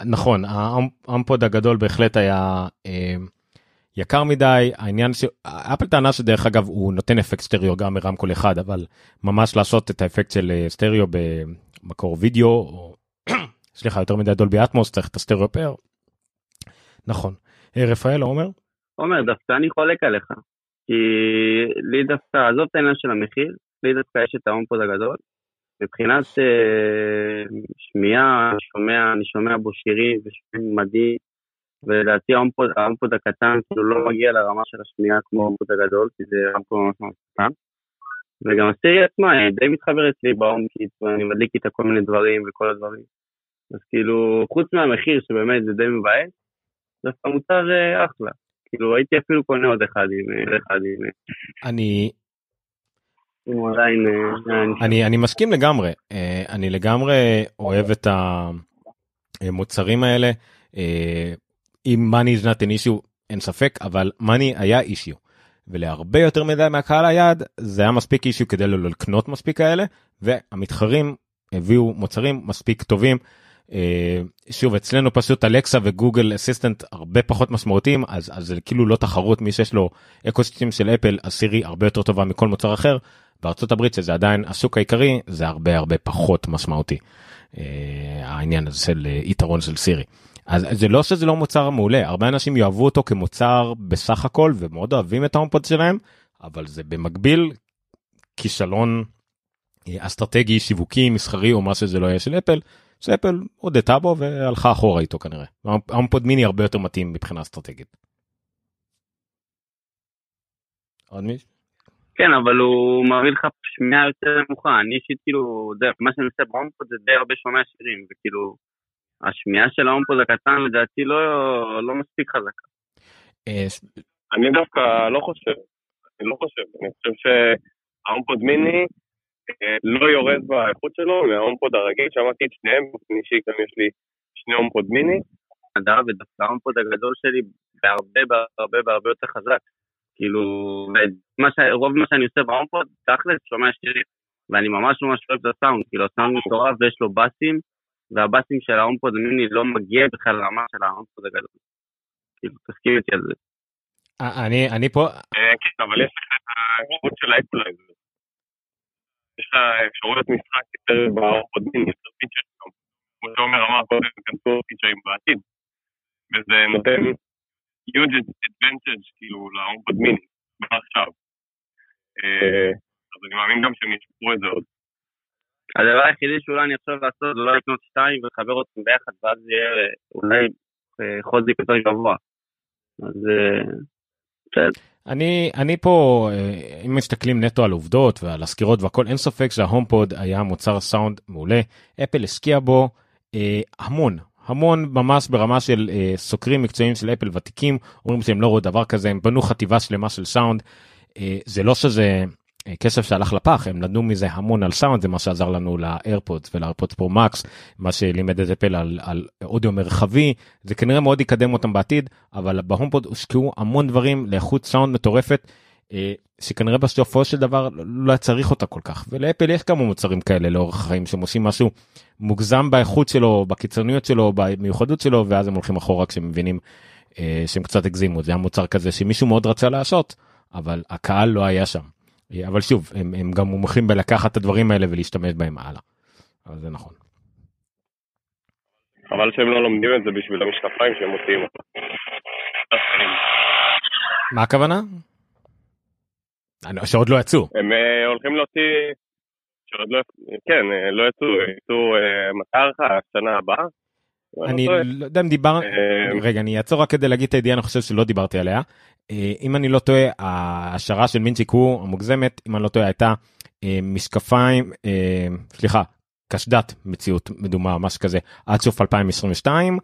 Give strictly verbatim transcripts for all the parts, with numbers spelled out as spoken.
נכון, האמפוד הגדול בהחלט היה יקר מדי, העניין שאפל טענה שדרך אגב הוא נותן אפקט סטריאו גם מרמקול אחד, אבל ממש לעשות את האפקט של סטריאו במקור וידאו, או סליחה, יותר מדי דולבי אטמוס, צריך את הסטריאו פאר. נכון. רפאל, עומר? עומר, דווקא אני חולק עליך, כי לי דווקא, עזוב את העניין של המחיר, לי דווקא יש את האמפוד הגדול, מבחינת אה, שמיעה, שומע, אני שומע בו שירים ושומעים מדהים, ולדעתי האמפוד, האמפוד הקטן כאילו לא מגיע לרמה של השמיעה כמו האמפוד הגדול, כי זה האמפוד ממש ממש קטן. וגם הסריה עצמה, היא די מתחברת לי באומקיט, ואני מדליק איתה כל מיני דברים וכל הדברים. אז כאילו, חוץ מהמחיר שבאמת זה די מבאס, זה מוצר אה, אחלה. כאילו, הייתי אפילו קונה עוד אחד עם אחד עם... אני... אני, אני מסכים לגמרי, אני לגמרי אוהב את המוצרים האלה, אם money is not an issue אין ספק, אבל money היה issue, ולהרבה יותר מדי מהקהל היעד, זה היה מספיק issue כדי לא לקנות מספיק כאלה, והמתחרים הביאו מוצרים מספיק טובים, שוב אצלנו פשוט אלקסה וגוגל אסיסטנט הרבה פחות משמעותיים, אז, אז זה כאילו לא תחרות, מי שיש לו אקוסיסטם של אפל, אז סירי הרבה יותר טובה מכל מוצר אחר, בארצות הברית שזה עדיין השוק העיקרי, זה הרבה הרבה פחות משמעותי, העניין הזה של יתרון של סירי. אז זה לא שזה לא מוצר מעולה, הרבה אנשים יאהבו אותו כמוצר בסך הכל, ומאוד אוהבים את ההומפוד שלהם, אבל זה במקביל כישלון אסטרטגי, שיווקי, מסחרי, או מה שזה לא יהיה של אפל, שאפל הודתה בו והלכה אחורה איתו כנראה. ההומפוד מיני הרבה יותר מתאים מבחינה אסטרטגית. עוד מישהו? כן, אבל הוא מביא לך שמיעה יותר נמוכה. אני אישית כאילו, מה שאני עושה בהומפוד זה די הרבה שומע שירים, וכאילו, השמיעה של ההומפוד הקטן לדעתי לא, לא מספיק חזקה. אני דווקא לא חושב, אני לא חושב, אני חושב שההומפוד מיני לא יורד באיכות שלו מההומפוד הרגיל, שמעתי את שניהם, אישי גם יש לי שני הומפוד מיני. ודווקא ההומפוד הגדול שלי בהרבה בהרבה בהרבה יותר חזק. כאילו, רוב מה שאני עושה בהומפוד, תכלס, שומע שירים, ואני ממש ממש אוהב את הסאונד, כאילו הסאונד מטורף ויש לו בסים, והבסים של ההומפוד מיני לא מגיע בכלל לרמה של ההומפוד הגדול. כאילו, תסכים איתי על זה. אני, אני פה... כן, אבל יש לך את האפשרות של האקולייזר. יש לך אפשרויות משחק יותר בהומפוד מיני, יותר פיצ'רים, כמו שאומר אמר קודם, כנסו פיצ'רים בעתיד, וזה נותן huge advantage כאילו להומפוד מיני, כבר עכשיו. אז אני מאמין גם שהם ישפרו את זה עוד. הדבר היחידי שאולי אני עכשיו לעשות, זה לא לקנות שתיים ולחבר אותם ביחד, ואז יהיה אולי חוזיק יותר גבוה. אז בסדר. אני, אני פה, אם מסתכלים נטו על עובדות ועל הסקירות והכל, אין ספק שההומפוד היה מוצר סאונד מעולה. אפל השקיע בו אה, המון, המון ממש ברמה של אה, סוקרים מקצועיים של אפל ותיקים, אומרים שהם לא רואים דבר כזה, הם בנו חטיבה שלמה של סאונד, אה, זה לא שזה אה, כסף שהלך לפח, הם נדנו מזה המון על סאונד, זה מה שעזר לנו לאיירפודס ולאיירפודס פרו מקס, מה שלימד את אפל על, על אודיו מרחבי, זה כנראה מאוד יקדם אותם בעתיד, אבל בהומפוד הושקעו המון דברים לאיכות סאונד מטורפת, אה, שכנראה בסופו של דבר לא צריך אותה כל כך, ולאפל יש כמה מוצרים כאלה לאורך החיים, שהם עושים משהו מוגזם באיכות שלו, בקיצוניות שלו, במיוחדות שלו, ואז הם הולכים אחורה כשהם מבינים אה, שהם קצת הגזימו, זה היה מוצר כזה שמישהו מאוד רצה לעשות, אבל הקהל לא היה שם, אה, אבל שוב, הם, הם גם מומחים בלקחת את הדברים האלה ולהשתמש בהם הלאה, אבל זה נכון. אבל שהם לא לומדים את זה בשביל המשקפיים שהם מוציאים אותם. מה הכוונה? שעוד לא יצאו. הם הולכים להוציא, שעוד לא, כן, לא יצאו, יצאו מטר השנה הבאה. אני לא יודע אם דיבר, רגע, אני אעצור רק כדי להגיד את הידיעה, אני חושב שלא דיברתי עליה. אם אני לא טועה, ההשערה של מינצ'יקו המוגזמת, אם אני לא טועה, הייתה משקפיים, סליחה, קשדת מציאות מדומה, משהו כזה, עד סוף אלפיים עשרים ושתיים,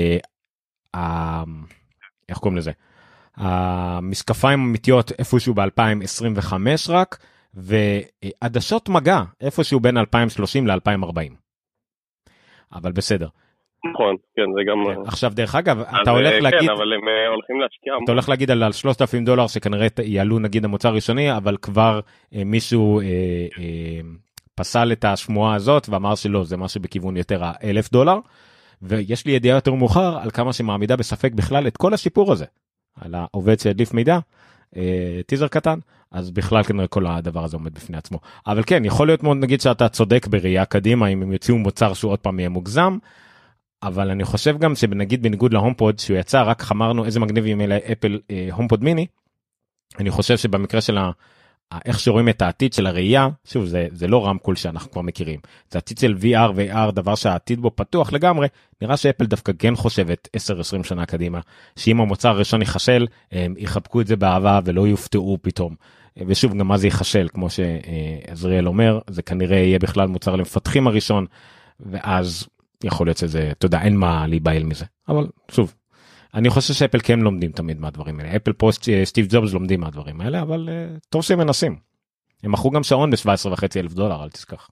איך קוראים לזה? המשקפיים אמיתיות איפשהו ב-אלפיים עשרים וחמש רק, ועדשות מגע איפשהו בין אלפיים שלושים ל-אלפיים ארבעים. אבל בסדר. נכון, כן, זה גם... עכשיו, דרך אגב, אתה הולך להגיד... כן, אבל הם הולכים להשקיע... אתה הולך להגיד על שלושת אלפים דולר שכנראה יעלו נגיד המוצר הראשוני, אבל כבר מישהו פסל את השמועה הזאת, ואמר שלא, זה משהו בכיוון יותר ה-אלף דולר. ויש לי ידיעה יותר מאוחר על כמה שמעמידה בספק בכלל את כל השיפור הזה, על העובד שהדליף מידע, טיזר קטן, אז בכלל כנראה כל הדבר הזה עומד בפני עצמו. אבל כן, יכול להיות מאוד נגיד שאתה צודק בראייה קדימה, אם הם יוציאו מוצר שהוא עוד פעם יהיה מוגזם, אבל אני חושב גם שנגיד בניגוד להומפוד, שהוא יצא, רק חמרנו איזה מגניבים אלה אפל הומפוד מיני, אני חושב שבמקרה של ה... איך שרואים את העתיד של הראייה, שוב, זה, זה לא רמקול שאנחנו כבר מכירים, זה עתיד של וי אר ו-איי אר, דבר שהעתיד בו פתוח לגמרי, נראה שאפל דווקא כן חושבת עשר עשרים שנה קדימה, שאם המוצר הראשון יחשל, הם יחבקו את זה באהבה ולא יופתעו פתאום, ושוב, גם מה זה יחשל, כמו שעזריאל אומר, זה כנראה יהיה בכלל מוצר למפתחים הראשון, ואז יכול להיות שזה, אתה יודע, אין מה להיבהל מזה, אבל שוב, אני חושב שאפל כן לומדים תמיד מהדברים האלה. אפל פוסט, סטיב ג'ובס לומדים מהדברים האלה, אבל uh, טוב שהם מנסים. הם מכרו גם שעון ב-שבע עשרה וחצי אלף דולר, אל תשכח.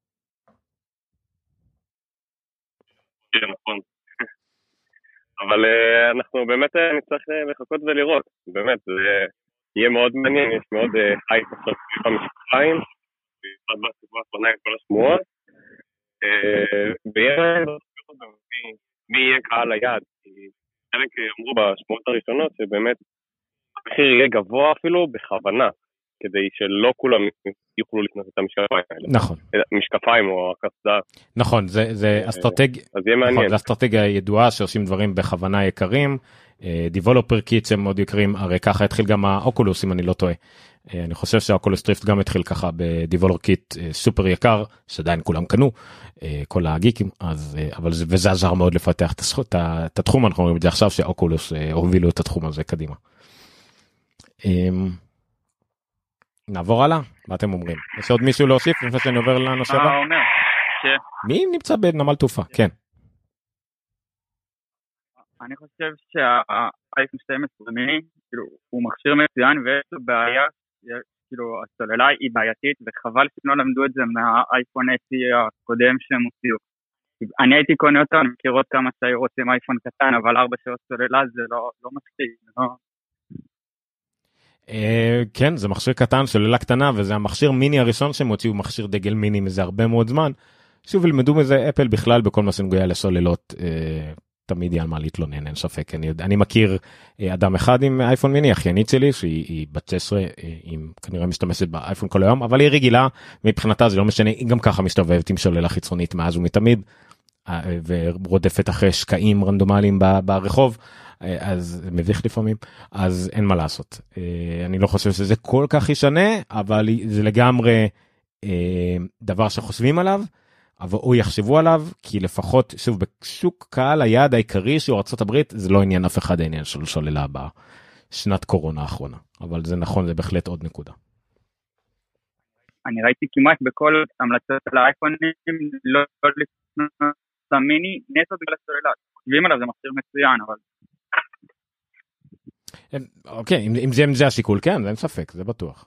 כן, נכון. אבל uh, אנחנו באמת uh, נצטרך uh, לחכות ולראות. באמת, זה uh, יהיה מאוד מעניין, יש מאוד חייט uh, עכשיו סביב המשקפיים, במיוחד בסביבה האחרונה עם כל השמועות. ויהיה מי יהיה קהל היעד, כי חלק אמרו בשמועות הראשונות שבאמת המחיר יהיה גבוה אפילו בכוונה, כדי שלא כולם יוכלו לקנות את המשקפיים האלה. נכון. משקפיים או הקסדה. נכון, זה אסטרטגיה, אז יהיה מעניין. זה אסטרטגיה ידועה שעושים דברים בכוונה יקרים, דיבולופר קיטס הם מאוד יקרים, הרי ככה התחיל גם האוקולוס אם אני לא טועה. אני חושב שהאוקולוס דריפט גם התחיל ככה בדיבולופר קיט סופר יקר, שעדיין כולם קנו, כל הגיקים, אז, אבל זה, וזה עזר מאוד לפתח את, הזכות, את התחום, אנחנו רואים את זה עכשיו שאוקולוס הובילו את התחום הזה קדימה. נעבור הלאה, מה אתם אומרים? יש עוד מישהו להוסיף לפני שאני עובר לנושא הבא? מי נמצא בנמל תעופה? כן. אני חושב שהאייפון שתים עשרה מיני, כאילו, הוא מכשיר מצוין ויש לו בעיה, כאילו, הסוללה היא בעייתית, וחבל שלא למדו את זה מהאייפון אסי הקודם שהם הוציאו. אני הייתי קונה אותו, אני מכיר עוד כמה שהיו רוצים אייפון קטן, אבל ארבע שעות סוללה זה לא, לא מספיק, לא... כן, זה מכשיר קטן, סוללה קטנה, וזה המכשיר מיני הראשון שהם הוציאו, מכשיר דגל מיני מזה הרבה מאוד זמן. שוב, למדו מזה אפל בכלל בכל מה שנוגע לסוללות, תמיד יהיה על מה להתלונן, אין ספק. אני, אני מכיר אדם אחד עם אייפון מיני, אחיינית שלי, שהיא בת שש עשרה, היא כנראה משתמשת באייפון כל היום, אבל היא רגילה, מבחינתה זה לא משנה, היא גם ככה משתובבת עם סוללה חיצונית מאז ומתמיד, ורודפת אחרי שקעים רנדומליים ברחוב, אז זה מביך לפעמים, אז אין מה לעשות. אני לא חושב שזה כל כך ישנה, אבל זה לגמרי דבר שחושבים עליו, אבל או יחשבו עליו, כי לפחות, שוב, בשוק קהל היעד העיקרי שהוא ארצות הברית, זה לא עניין אף אחד העניין של שוללה בשנת קורונה האחרונה. אבל זה נכון, זה בהחלט עוד נקודה. אני ראיתי כמעט בכל המלצות של האייפונים, לא לקנות מיני, נטו בגלל הסוללה. חושבים עליו, זה מכשיר מצוין, אבל... אוקיי, אם זה, אם זה השיקול, כן, אין ספק, זה בטוח.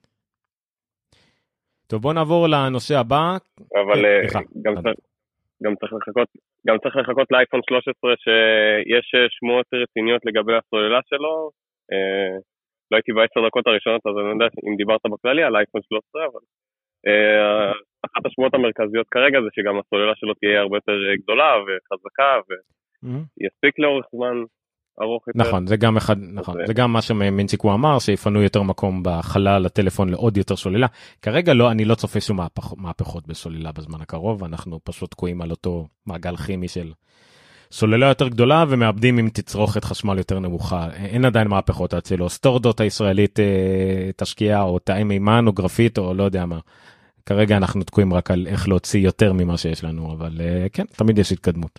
טוב, בוא נעבור לנושא הבא. אבל גם צריך, גם צריך לחכות, גם צריך לחכות לאייפון שלוש עשרה שיש שמועות רציניות לגבי הסוללה שלו. לא הייתי בעשר דקות הראשונות, אז אני יודע אם דיברת בכללי על אייפון שלוש עשרה, אבל אחת השמועות המרכזיות כרגע זה שגם הסוללה שלו תהיה הרבה יותר גדולה וחזקה ויספיק לאורך זמן. נכון, זה גם אחד, נכון, זה גם מה שמנציקו אמר, שיפנו יותר מקום בחלל לטלפון לעוד יותר סוללה. כרגע לא, אני לא צופה שום מהפכות בסוללה בזמן הקרוב, אנחנו פשוט תקועים על אותו מעגל כימי של סוללה יותר גדולה, ומאבדים עם תצרוכת חשמל יותר נמוכה. אין עדיין מהפכות אצלו, סטורדות הישראלית תשקיע, או תאי מימן, או גרפית, או לא יודע מה. כרגע אנחנו תקועים רק על איך להוציא יותר ממה שיש לנו, אבל כן, תמיד יש התקדמות.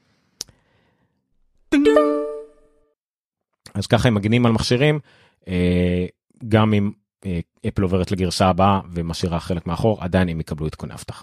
אז ככה הם מגנים על מכשירים, גם אם אפל עוברת לגרסה הבאה ומשאירה חלק מאחור, עדיין הם יקבלו עדכוני אבטחה.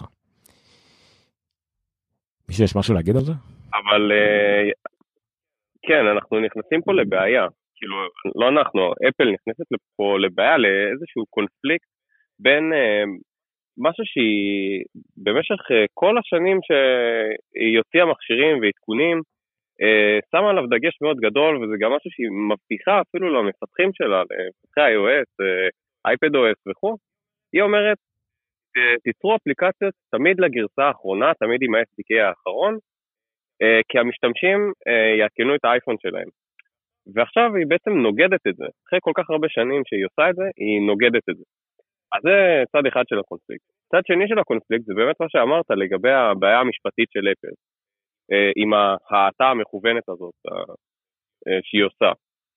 מישהו יש משהו להגיד על זה? אבל כן, אנחנו נכנסים פה לבעיה, כאילו לא אנחנו, אפל נכנסת פה לבעיה לאיזשהו קונפליקט בין משהו שהיא במשך כל השנים שהיא הוציאה מכשירים ועדכונים, שמה עליו דגש מאוד גדול, וזה גם משהו שהיא מבטיחה אפילו למפתחים שלה, למפתחי iOS, iPadOS וכו'. היא אומרת, תיצרו אפליקציות תמיד לגרסה האחרונה, תמיד עם ה-אס די קיי האחרון, כי המשתמשים יעדכנו את האייפון שלהם. ועכשיו היא בעצם נוגדת את זה. אחרי כל כך הרבה שנים שהיא עושה את זה, היא נוגדת את זה. אז זה צד אחד של הקונפליקט. צד שני של הקונפליקט זה באמת מה שאמרת לגבי הבעיה המשפטית של אפל, עם ההאטה המכוונת הזאת שהיא עושה.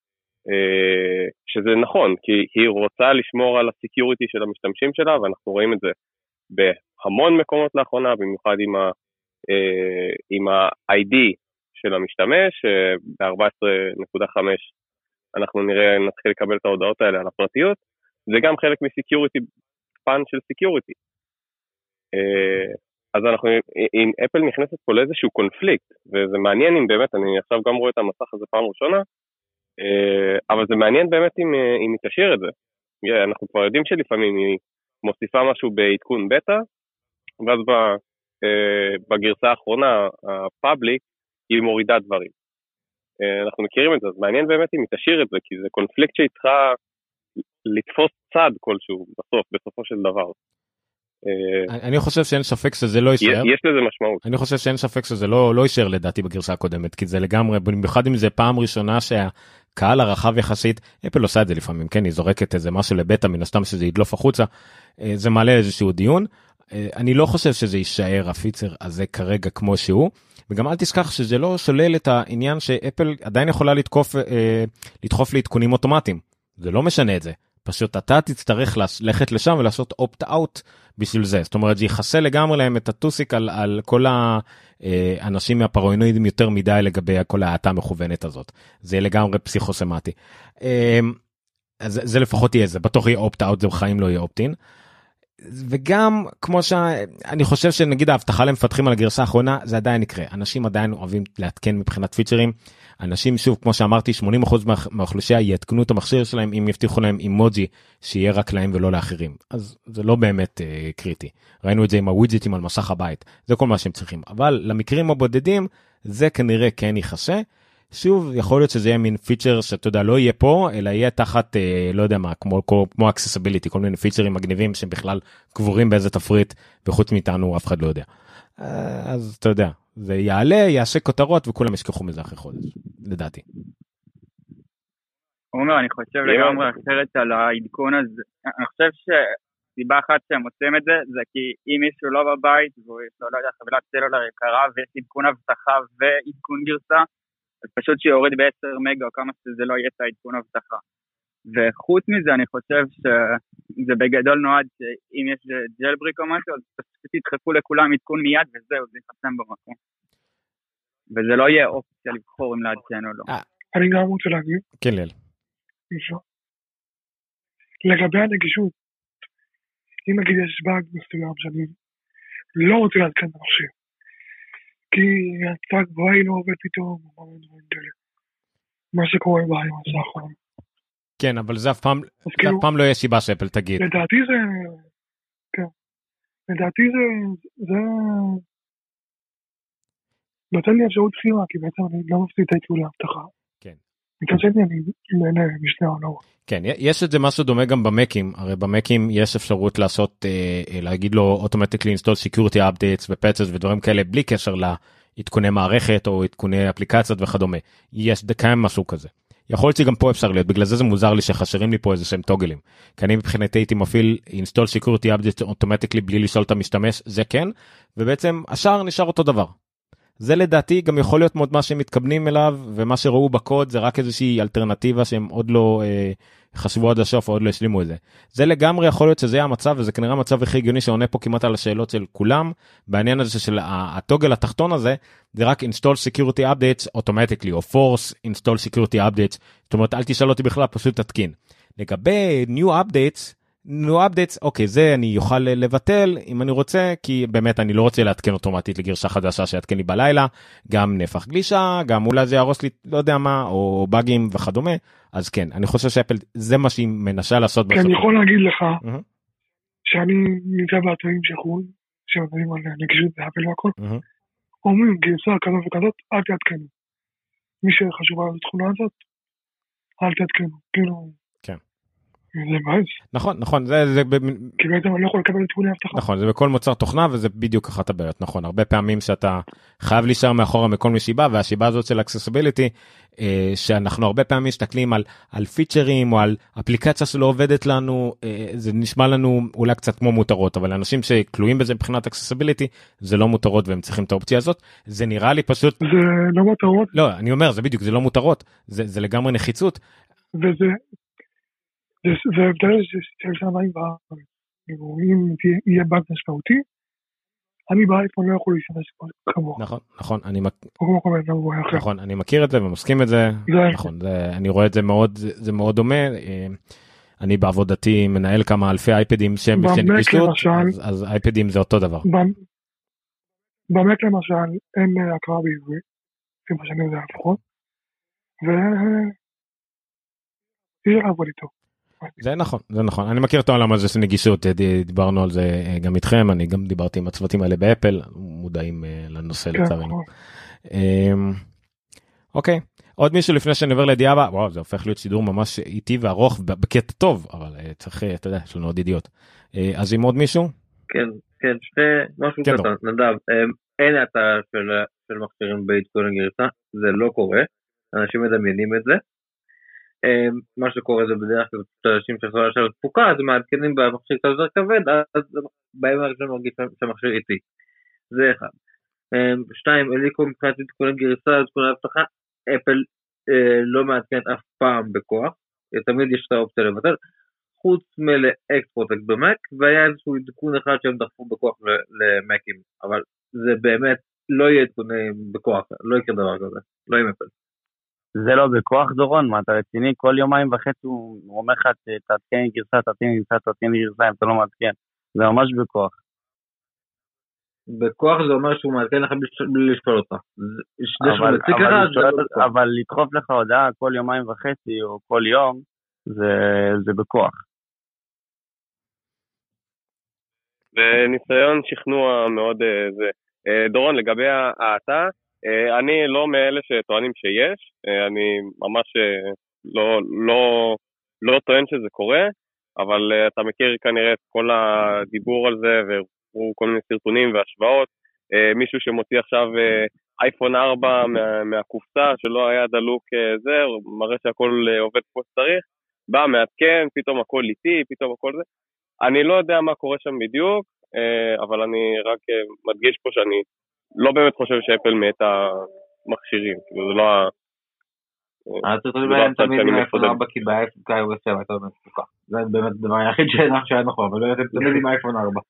שזה נכון, כי היא רוצה לשמור על הסקיוריטי של המשתמשים שלה, ואנחנו רואים את זה בהמון מקומות לאחרונה, במיוחד עם ה, עם ה-איי די של המשתמש, ב-ארבע עשרה נקודה חמש אנחנו נראה, נתחיל לקבל את ההודעות האלה על הפרטיות, זה גם חלק מסקיוריטי, פן של סקיוריטי. אז אנחנו, אם אפל נכנסת פה לאיזשהו קונפליקט, וזה מעניין אם באמת, אני עכשיו גם רואה את המסך הזה פעם ראשונה, אבל זה מעניין באמת אם, אם היא תשאיר את זה. אנחנו כבר יודעים שלפעמים היא מוסיפה משהו בעדכון בטא, ואז בגרסה האחרונה, הפאבליק, היא מורידה דברים. אנחנו מכירים את זה, אז מעניין באמת אם היא תשאיר את זה, כי זה קונפליקט שהיא צריכה לתפוס צד כלשהו בסוף, בסופו של דבר. אני חושב שאין ספק שזה לא יישאר. יש לזה משמעות. אני חושב שאין ספק שזה לא לא יישאר לדעתי בגרסה הקודמת, כי זה לגמרי, במיוחד אם זה פעם ראשונה שהקהל הרחב יחסית, אפל עושה את זה לפעמים, כן, היא זורקת איזה משהו לבטא, מן הסתם שזה ידלוף החוצה, זה מעלה איזשהו דיון. אני לא חושב שזה יישאר הפיצר הזה כרגע כמו שהוא, וגם אל תשכח שזה לא שולל את העניין שאפל עדיין יכולה לתקוף, לדחוף לעדכונים אוטומטיים. זה לא משנה את זה. פשוט אתה תצטרך ללכת לשם ולעשות אופט-אאוט בשביל זה. זאת אומרת, זה יחסה לגמרי להם את הטוסיק על, על כל האנשים מהפרנואידים יותר מדי לגבי כל ההאטה המכוונת הזאת. זה יהיה לגמרי פסיכוסמטי. אז זה לפחות יהיה זה. בטוח יהיה אופט-אאוט, זה בחיים לא יהיה אופט-אין. וגם כמו שאני חושב שנגיד ההבטחה למפתחים על הגרסה האחרונה, זה עדיין יקרה. אנשים עדיין אוהבים להתקן מבחינת פיצ'רים. אנשים, שוב, כמו שאמרתי, שמונים אחוז מהאוכלוסייה יתקנו את המכשיר שלהם אם יבטיחו להם אימוג'י שיהיה רק להם ולא לאחרים. אז זה לא באמת אה, קריטי. ראינו את זה עם הווידג'טים על מסך הבית. זה כל מה שהם צריכים. אבל למקרים הבודדים, זה כנראה כן יחסה. שוב, יכול להיות שזה יהיה מין פיצ'ר שאתה יודע, לא יהיה פה, אלא יהיה תחת, אה, לא יודע מה, כמו, כמו accessibility, כל מיני פיצ'רים מגניבים שבכלל קבורים באיזה תפריט, וחוץ מאיתנו אף אחד לא יודע. אז אתה יודע, זה יעלה, יעשה כותרות, וכולם ישכחו מזה אחרי חודש, לדעתי. עומר, אני חושב לגמרי אחרת על העדכון הזה. אני חושב שסיבה אחת שהם עושים את זה, זה כי אם מישהו לא בבית, והוא יש לו, לא יודע, חבילת סלולר יקרה, ויש עדכון הבטחה ועדכון גרסה, אז פשוט שיוריד ב-עשרה מגה, או כמה שזה לא יהיה את העדכון הבטחה. וחוץ מזה, אני חושב שזה בגדול נועד, שאם יש ג'לבריק או משהו, אז פשוט ידחפו לכולם עדכון מיד, וזהו, זה יחסם במקום. וזה לא יהיה אופציה לבחור אם לעדכן או לא. אני גם רוצה להגיד. כן, ליל. לגבי הנגישות, אם נגיד יש באג מסוים שאני לא רוצה לעדכן את המכשיר, כי הצעה גבוהה היא לא עובד פתאום, מה שקורה ביום האחרון. כן, אבל זה אף פעם, זה אף פעם לא יהיה סיבה שאפל תגיד. לדעתי זה, כן, לדעתי זה, זה, נותן לי אפשרות בחירה, כי בעצם אני לא מפסיד את העדכון להבטחה. כן. מתעצבני, אני נהנה משני העונות. כן, יש את זה משהו דומה גם במקים, הרי במקים יש אפשרות לעשות, אה, להגיד לו automatically install security updates ופאצ'ס ודברים כאלה, בלי קשר לעדכוני מערכת או עדכוני אפליקציות וכדומה. יש קיים משהו כזה. יכול להיות שגם פה אפשר להיות, בגלל זה זה מוזר לי שחשרים לי פה איזה שהם טוגלים. כי אני מבחינתי הייתי מפעיל install security updates automatically בלי לשאול את המשתמש, זה כן, ובעצם השאר נשאר אותו דבר. זה לדעתי גם יכול להיות מאוד מה שהם מתכוונים אליו, ומה שראו בקוד זה רק איזושהי אלטרנטיבה שהם עוד לא אה, חשבו עד השוף, או עוד לא השלימו את זה. זה לגמרי יכול להיות שזה יהיה המצב, וזה כנראה המצב הכי הגיוני שעונה פה כמעט על השאלות של כולם, בעניין הזה של הטוגל התחתון הזה, זה רק install security updates automatically, או force install security updates, זאת אומרת אל תשאל אותי בכלל, פשוט תתקין. לגבי new updates, new updates, אוקיי, זה אני יוכל לבטל אם אני רוצה, כי באמת אני לא רוצה להתקן אוטומטית לגרשה חדשה שיתקן לי בלילה, גם נפח גלישה, גם אולי זה ירוס לי, לא יודע מה, או באגים וכדומה, אז כן, אני חושב שאפל, זה מה שהיא מנסה לעשות בסוף. אני יכול להגיד לך, שאני נמצא באתרים שחול, שמדברים על נגישות באפל והכל, אומרים גרסה כזאת וכזאת, אל תעדכנו. מי שחשובה על התכונה הזאת, אל תעדכנו, כאילו... כן. זה בעיה. נכון, נכון, זה, זה, כי בעצם אני לא יכול לקבל עדכוני אבטחה. נכון, זה בכל מוצר תוכנה, וזה בדיוק אחת הבעיות, נכון, הרבה פעמים שאתה חייב להישאר מאחורה מכל מסיבה, והשיבה הזאת של accessibility, אה, שאנחנו הרבה פעמים מסתכלים על, על פיצ'רים, או על אפליקציה שלא עובדת לנו, אה, זה נשמע לנו אולי קצת כמו מותרות, אבל אנשים שכלואים בזה מבחינת accessibility, זה לא מותרות, והם צריכים את האופציה הזאת, זה נראה לי פשוט... זה לא מותרות. לא, אני אומר, זה בדיוק, זה לא מותרות, זה, זה לגמרי נחיצות. וזה... זה הבדל של שניים בארץ. אם יהיה באג משמעותי, אני באייפון לא יכול להשתמש כמוך. נכון, נכון, אני נכון, אני מכיר את זה ומסכים את זה. נכון, אני רואה את זה מאוד, זה מאוד דומה. אני בעבודתי מנהל כמה אלפי אייפדים שהם נגישות, אז אייפדים זה אותו דבר. במק למשל אין הקראה בעברית, כמו שאני יודע לפחות, ואי לעבוד איתו. זה נכון, זה נכון. אני מכיר את העולם הזה של נגישות, דיברנו על זה גם איתכם, אני גם דיברתי עם הצוותים האלה באפל, מודעים לנושא לצערנו. אוקיי, עוד מישהו לפני שאני עובר לידיעה הבאה, וואו, זה הופך להיות שידור ממש איטי וארוך, בקטע טוב, אבל צריך, אתה יודע, יש לנו עוד ידיעות. אז עם עוד מישהו? כן, כן, שתי, משהו קטן, נדב, אין האטה של מכשירים בעדכון הגרסה, זה לא קורה, אנשים מדמיינים את זה. מה שקורה זה בדרך כלל אנשים שהסוללה של תפוקה, אז מעדכנים במכשיר קצת יותר כבד, אז באים הראשון מרגיש שהמכשיר איטי. זה אחד. שתיים, אליקו מבחינת עדכוני גרסה, עדכוני אבטחה, אפל לא מעדכנת אף פעם בכוח, תמיד יש את האופציה לבטל, חוץ מלאקספרוטקט במק, והיה איזשהו עדכון אחד שהם דחפו בכוח למקים, אבל זה באמת לא יהיה עדכוני בכוח, לא יקרה דבר כזה, לא עם אפל. זה לא בכוח דורון, מה אתה רציני? כל יומיים וחצי הוא אומר לך, תעדכן גרסה, תעדכן גרסה, תעדכן גרסה, אם אתה לא מעדכן. זה ממש בכוח. בכוח זה אומר שהוא מעדכן לך בלי לשפול אותך. אבל לדחוף לך הודעה כל יומיים וחצי או כל יום, זה בכוח. וניסיון שכנוע מאוד זה. דורון, לגבי האטה, אני לא מאלה שטוענים שיש, אני ממש לא, לא, לא טוען שזה קורה, אבל אתה מכיר כנראה את כל הדיבור על זה, והוא כל מיני סרטונים והשוואות, מישהו שמוציא עכשיו אייפון ארבע מה, מהקופסה, שלא היה דלוק זה, מראה שהכל עובד כמו שצריך, בא, מעדכן, פתאום הכל איטי, פתאום הכל זה, אני לא יודע מה קורה שם בדיוק, אבל אני רק מדגיש פה שאני לא באמת חושב שאפל מת המכשירים, זה לא ה... אז אתה יודע, הם תמיד עם אייפון ארבע, כי באייפון iOS שבע הייתה באמת ספוקה. זה באמת דבר היחיד שהיה נכון, אבל הם תמיד עם אייפון ארבע.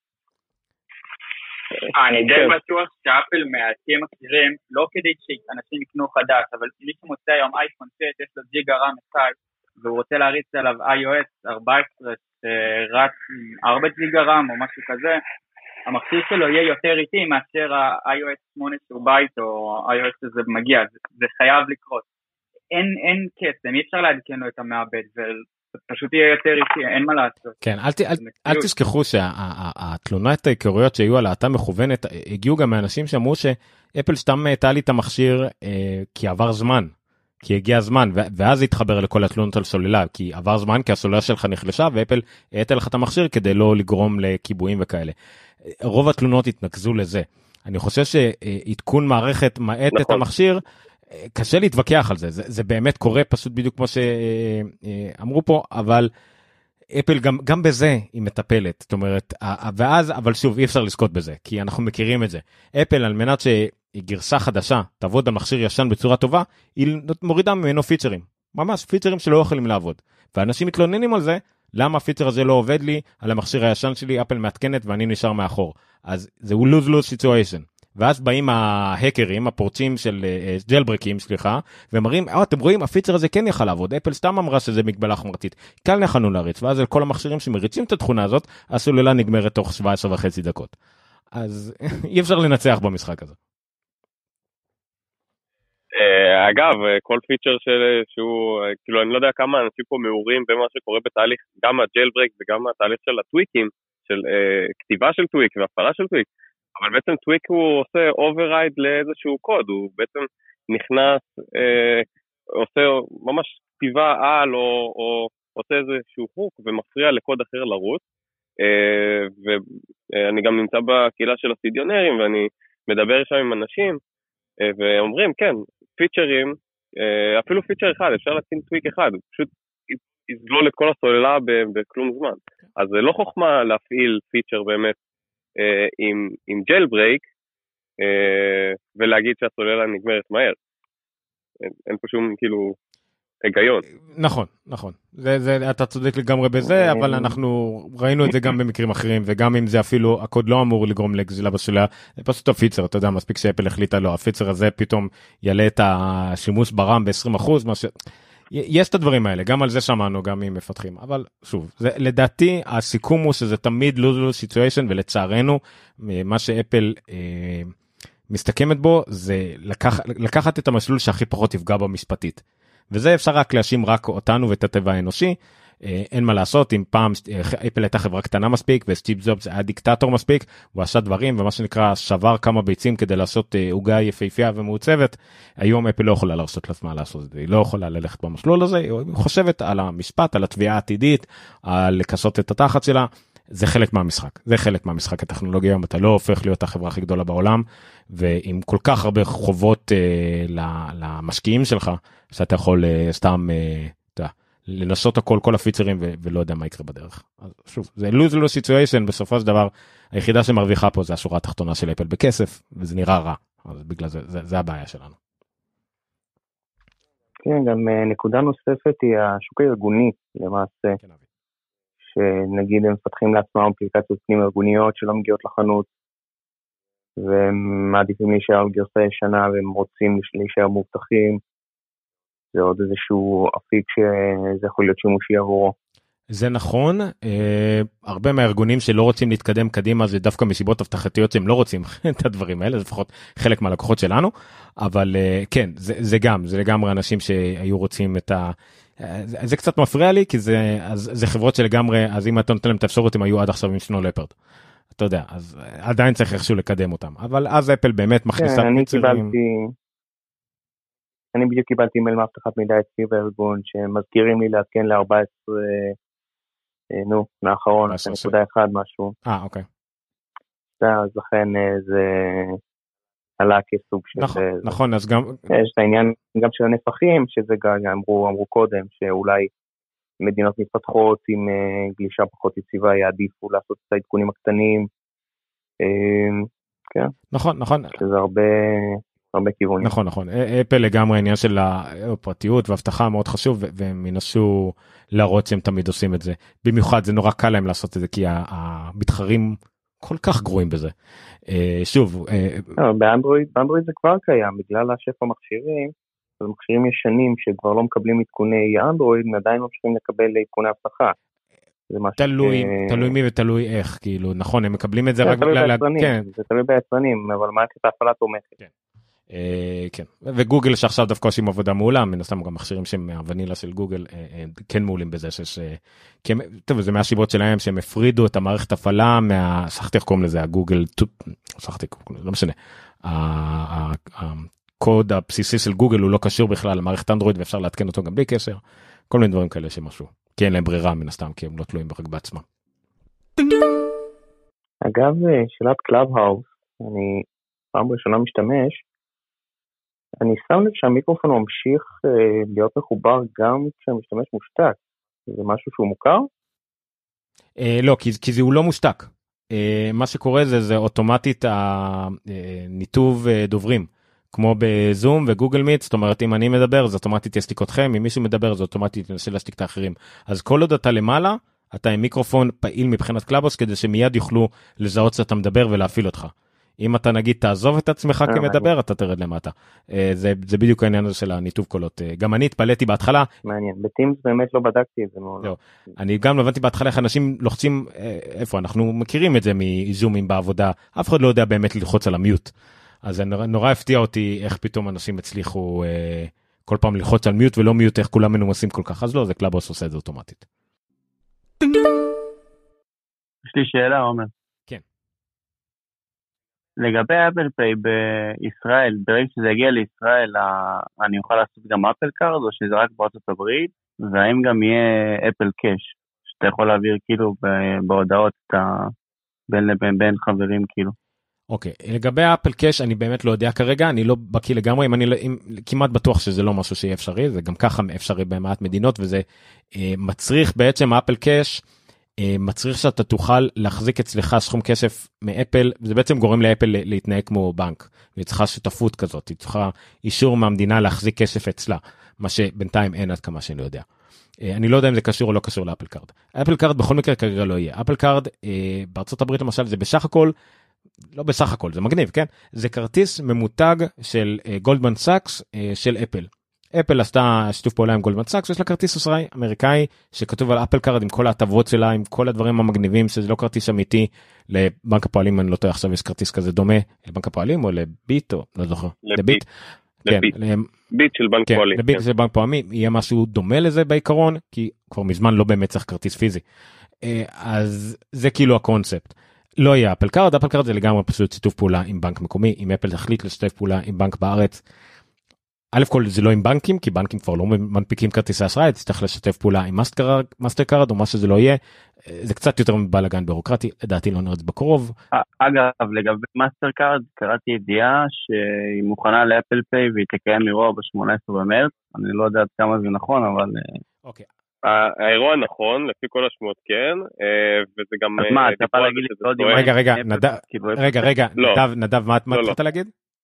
אני די בטוח שאפל מעטים מכשירים, לא כדי שאנשים יקנו חדש, אבל מי שמוצא היום אייפון שש, יש לו ג'יגה רם אחד, והוא רוצה להריץ עליו iOS ארבע עשרה, שרץ ארבע ג'יגה רם או משהו כזה, המכשיר שלו יהיה יותר איטי מאשר ה-iOS שמונה שהוא בית או iOS שזה מגיע, זה, זה חייב לקרות. אין, אין קסם, אי אפשר לעדכן לו את המעבד, זה פשוט יהיה יותר איטי, אין מה לעשות. כן, אל, אל, אל תשכחו שהתלונות העיקריות שהיו על האטה מכוונת, הגיעו גם מאנשים שאמרו שאפל סתם העלתה לי את המכשיר אה, כי עבר זמן. כי הגיע הזמן, ואז התחבר לכל התלונות על סוללה, כי עבר זמן, כי הסוללה שלך נחלשה, ואפל העלתה לך את המכשיר כדי לא לגרום לקיבועים וכאלה. רוב התלונות התנקזו לזה. אני חושב שעדכון מערכת מעט נכון. את המכשיר, קשה להתווכח על זה. זה, זה באמת קורה פשוט בדיוק כמו שאמרו פה, אבל אפל גם, גם בזה היא מטפלת. זאת אומרת, ואז, אבל שוב, אי אפשר לזכות בזה, כי אנחנו מכירים את זה. אפל, על מנת שגרסה חדשה תעבוד על מכשיר ישן בצורה טובה, היא מורידה ממנו פיצ'רים. ממש פיצ'רים שלא יכולים לעבוד. ואנשים מתלוננים על זה, למה הפיצ'ר הזה לא עובד לי על המכשיר הישן שלי, אפל מעדכנת ואני נשאר מאחור. אז זה הוא lose-lose situation. ואז באים ההקרים, הפורצים של ג'לברקים, סליחה, ומראים, אה, אתם רואים, הפיצ'ר הזה כן יכל לעבוד, אפל סתם אמרה שזה מגבלה חומרתית, קל יכלנו להריץ, ואז על כל המכשירים שמריצים את התכונה הזאת, הסוללה נגמרת תוך שבע עשרה וחצי דקות. אז אי אפשר לנצח במשחק הזה. אגב, כל פיצ'ר שהוא, כאילו אני לא יודע כמה אנשים פה מעורים במה שקורה בתהליך, גם הג'לברק וגם התהליך של הטוויקים, של כתיבה של טוויק והפעלה של טוויק, אבל בעצם טוויק הוא עושה אוברייד לאיזשהו קוד, הוא בעצם נכנס, אה, עושה ממש כתיבה על או, או, עושה איזשהו חוק ומפריע לקוד אחר לרוץ, ואני גם נמצא בקהילה של הסדיונרים, ואני מדבר שם עם אנשים, ואומרים, כן, פיצ'רים, אפילו פיצ'ר אחד, אפשר להתקין טוויק אחד, פשוט יסגלול את כל הסוללה בכלום זמן. אז זה לא חוכמה להפעיל פיצ'ר באמת עם, עם ג'ל ברייק, ולהגיד שהסוללה נגמרת מהר. אין, אין פה שום כאילו היגיון. נכון, נכון. זה, זה, אתה צודק לגמרי בזה, אבל אנחנו ראינו את זה גם במקרים אחרים, וגם אם זה אפילו, הקוד לא אמור לגרום לגזילה בסוללה, זה פשוט הפיצ'ר, אתה יודע, מספיק שאפל החליטה לו, הפיצ'ר הזה פתאום יעלה את השימוש ברם ב-עשרים אחוז, מה ש... יש את הדברים האלה, גם על זה שמענו, גם עם מפתחים, אבל שוב, זה, לדעתי, הסיכום הוא שזה תמיד lose-lose situation, ולצערנו, מה שאפל אה, מסתכמת בו, זה לקח, לקחת את המסלול שהכי פחות יפגע במשפטית. וזה אפשר רק להאשים רק אותנו ואת הטבע האנושי, אין מה לעשות, אם פעם אפל הייתה חברה קטנה מספיק, וסטיב ג'ובס היה דיקטטור מספיק, הוא עשה דברים, ומה שנקרא שבר כמה ביצים כדי לעשות עוגה יפהפייה ומעוצבת, היום אפל לא יכולה להרשות לעצמה לעשות את זה, היא לא יכולה ללכת במסלול הזה, היא חושבת על המשפט, על התביעה העתידית, על לקסות את התחת שלה, זה חלק מהמשחק, זה חלק מהמשחק הטכנולוגי, אתה לא הופך להיות החברה הכי גדולה בעולם, ועם כל כך הרבה חובות למשקיעים שלך, שאתה יכול סתם, אתה יודע, לנסות הכל, כל הפיצרים, ולא יודע מה יקרה בדרך. אז שוב, זה lose-lose situation, בסופו של דבר, היחידה שמרוויחה פה זה השורה התחתונה של אפל בכסף, וזה נראה רע, אז בגלל זה, זה, זה הבעיה שלנו. כן, גם נקודה נוספת היא השוק הארגוני, למעשה, כן, אבי. שנגיד הם מפתחים לעצמם אפליקציות פנים ארגוניות שלא מגיעות לחנות, והם מעדיפים להישאר על גרסה ישנה, והם רוצים להישאר מובטחים, זה עוד איזשהו אפיק שזה יכול להיות שימושי עבורו. זה נכון, אה, הרבה מהארגונים שלא רוצים להתקדם קדימה, זה דווקא מסיבות הבטחתיות שהם לא רוצים את הדברים האלה, זה לפחות חלק מהלקוחות שלנו, אבל אה, כן, זה, זה גם, זה לגמרי אנשים שהיו רוצים את ה... זה, זה קצת מפריע לי, כי זה, אז, זה חברות שלגמרי, אז אם אתה נותן להם את האפשרות, הם היו עד עכשיו עם סנו לפרד. אתה יודע, אז עדיין צריך איכשהו לקדם אותם, אבל אז אפל באמת מכניסה... כן, אני קיבלתי... אני בדיוק קיבלתי אימייל מאבטחת מידע אצלי בארגון, שמזכירים לי לעדכן ל-ארבע עשרה, נו, מהאחרון, נקודה אחד משהו. אה, אוקיי. אז לכן זה עלה כסוג של... נכון, נכון, אז גם... יש את העניין גם של הנפחים, שזה גם אמרו, אמרו קודם, שאולי מדינות מתפתחות עם גלישה פחות יציבה, יעדיפו לעשות את העדכונים הקטנים. כן. נכון, נכון. שזה הרבה... הרבה כיוונים. נכון, נכון. אפל לגמרי העניין של הפרטיות והבטחה מאוד חשוב, והם ינסו להראות שהם תמיד עושים את זה. במיוחד זה נורא קל להם לעשות את זה, כי המתחרים כל כך גרועים בזה. שוב. באנדרואיד, באנדרואיד זה כבר קיים, בגלל השפע מכשירים, אז מכשירים ישנים שכבר לא מקבלים עדכוני אנדרואיד, עדיין ממשיכים לקבל עדכוני הבטחה. תלוי, תלוי מי ותלוי איך, כאילו, נכון, הם מקבלים את זה רק בגלל... זה תלוי ביצרנים, אבל מערכת ההפעלה תומכת. כן. כן, וגוגל שעכשיו דווקא עושים עבודה מעולה, מן הסתם גם מכשירים שהם מהוונילה של גוגל כן מעולים בזה, טוב, זה מהשיבות שלהם שהם הפרידו את המערכת הפעלה, שכחתי איך קוראים לזה, הגוגל, שכחתי, לא משנה, הקוד הבסיסי של גוגל הוא לא קשור בכלל למערכת אנדרואיד, ואפשר להתקן אותו גם בלי קשר, כל מיני דברים כאלה שמשהו, כי אין להם ברירה מן הסתם, כי הם לא תלויים רק בעצמם. אגב, שאלת קלאבהאוס, אני פעם ראשונה משתמש, אני שם לב שהמיקרופון ממשיך אה, להיות מחובר גם כשהמשתמש מושתק. זה משהו שהוא מוכר? אה, לא, כי, כי זה הוא לא מושתק. אה, מה שקורה זה, זה אוטומטית הניתוב אה, דוברים, כמו בזום וגוגל מיט, זאת אומרת, אם אני מדבר, זה אוטומטית יסתיק אתכם, אם מישהו מדבר, זה אוטומטית ינסה להשתיק את האחרים. אז כל עוד אתה למעלה, אתה עם מיקרופון פעיל מבחינת קלאבהאוס, כדי שמיד יוכלו לזהות שאתה מדבר ולהפעיל אותך. אם אתה נגיד תעזוב את עצמך כמדבר, אתה תרד למטה. זה, זה בדיוק העניין הזה של הניתוב קולות. גם אני התפלאתי בהתחלה. מעניין, בטימס באמת לא בדקתי את זה. לא. אני גם לא הבנתי בהתחלה איך אנשים לוחצים, איפה, אנחנו מכירים את זה מזומים בעבודה, אף אחד לא יודע באמת ללחוץ על המיוט. אז זה נורא, נורא הפתיע אותי איך פתאום אנשים הצליחו כל פעם ללחוץ על מיוט ולא מיוט, איך כולם מנומסים כל כך. אז לא, זה קלאבהאוס עושה את זה אוטומטית. יש לי שאלה, עומר. כן. לגבי אפל פיי בישראל, ברגע שזה יגיע לישראל, אני אוכל לעשות גם אפל קארד, או שזה רק בארצות הברית, והאם גם יהיה אפל קאש, שאתה יכול להעביר כאילו בהודעות בין לבין בין חברים כאילו. אוקיי, לגבי האפל קאש אני באמת לא יודע כרגע, אני לא בקיא לגמרי, אם אני אם, כמעט בטוח שזה לא משהו שיהיה אפשרי, זה גם ככה אפשרי במעט מדינות, וזה אה, מצריך בעצם האפל קאש, אה, מצריך שאתה תוכל להחזיק אצלך סכום כסף מאפל, וזה בעצם גורם לאפל להתנהג כמו בנק, והיא צריכה שותפות כזאת, היא צריכה אישור מהמדינה להחזיק כסף אצלה, מה שבינתיים אין עד כמה שאני לא יודע. אה, אני לא יודע אם זה קשור או לא קשור לאפל קארד. אפל קארד בכל מקרה כרגע לא יהיה. אפל קארד אה, בארצות הברית למשל זה בסך הכל, לא בסך הכל, זה מגניב, כן? זה כרטיס ממותג של גולדמן סאקס של אפל. אפל עשתה שיתוף פעולה עם גולדמן סאקס, יש לה כרטיס אשראי אמריקאי שכתוב על אפל קארד עם כל ההטבות שלה, עם כל הדברים המגניבים, שזה לא כרטיס אמיתי לבנק הפועלים, אני לא טועה, עכשיו יש כרטיס כזה דומה לבנק הפועלים או לביט, או לא זוכר. לביט. לביט. ביט של בנק פועלים. לביט של בנק פועלים, יהיה משהו דומה לזה בעיקרון, כי כבר מזמן לא באמת צריך כרטיס פיזי. אז זה כאילו הקונספט. לא יהיה אפל קארד, אפל קארד זה לגמרי פשוט שיתוף פעולה עם בנק מקומי, אם אפל תחליט לשתף פעולה עם בנק בארץ, א' כל זה לא עם בנקים, כי בנקים כבר לא מנפיקים כרטיסי אשראי, צריך לשתף פעולה עם מאסטר קארד או מה שזה לא יהיה, זה קצת יותר מבלגן בירוקרטי, לדעתי לא נרד בקרוב. אגב, לגבי מאסטר קארד, קראתי ידיעה שהיא מוכנה לאפל פיי והיא תקיים אירוע ב-שמונה עשרה במרץ, אני לא יודע כמה זה נכון, אבל... אוקיי. האירוע נכון, לפי כל השמות כן, וזה גם... אז מה, אתה יכול להגיד לי עוד יום... רגע, רגע, רגע, רגע, נדב, מה התחלת להגיד?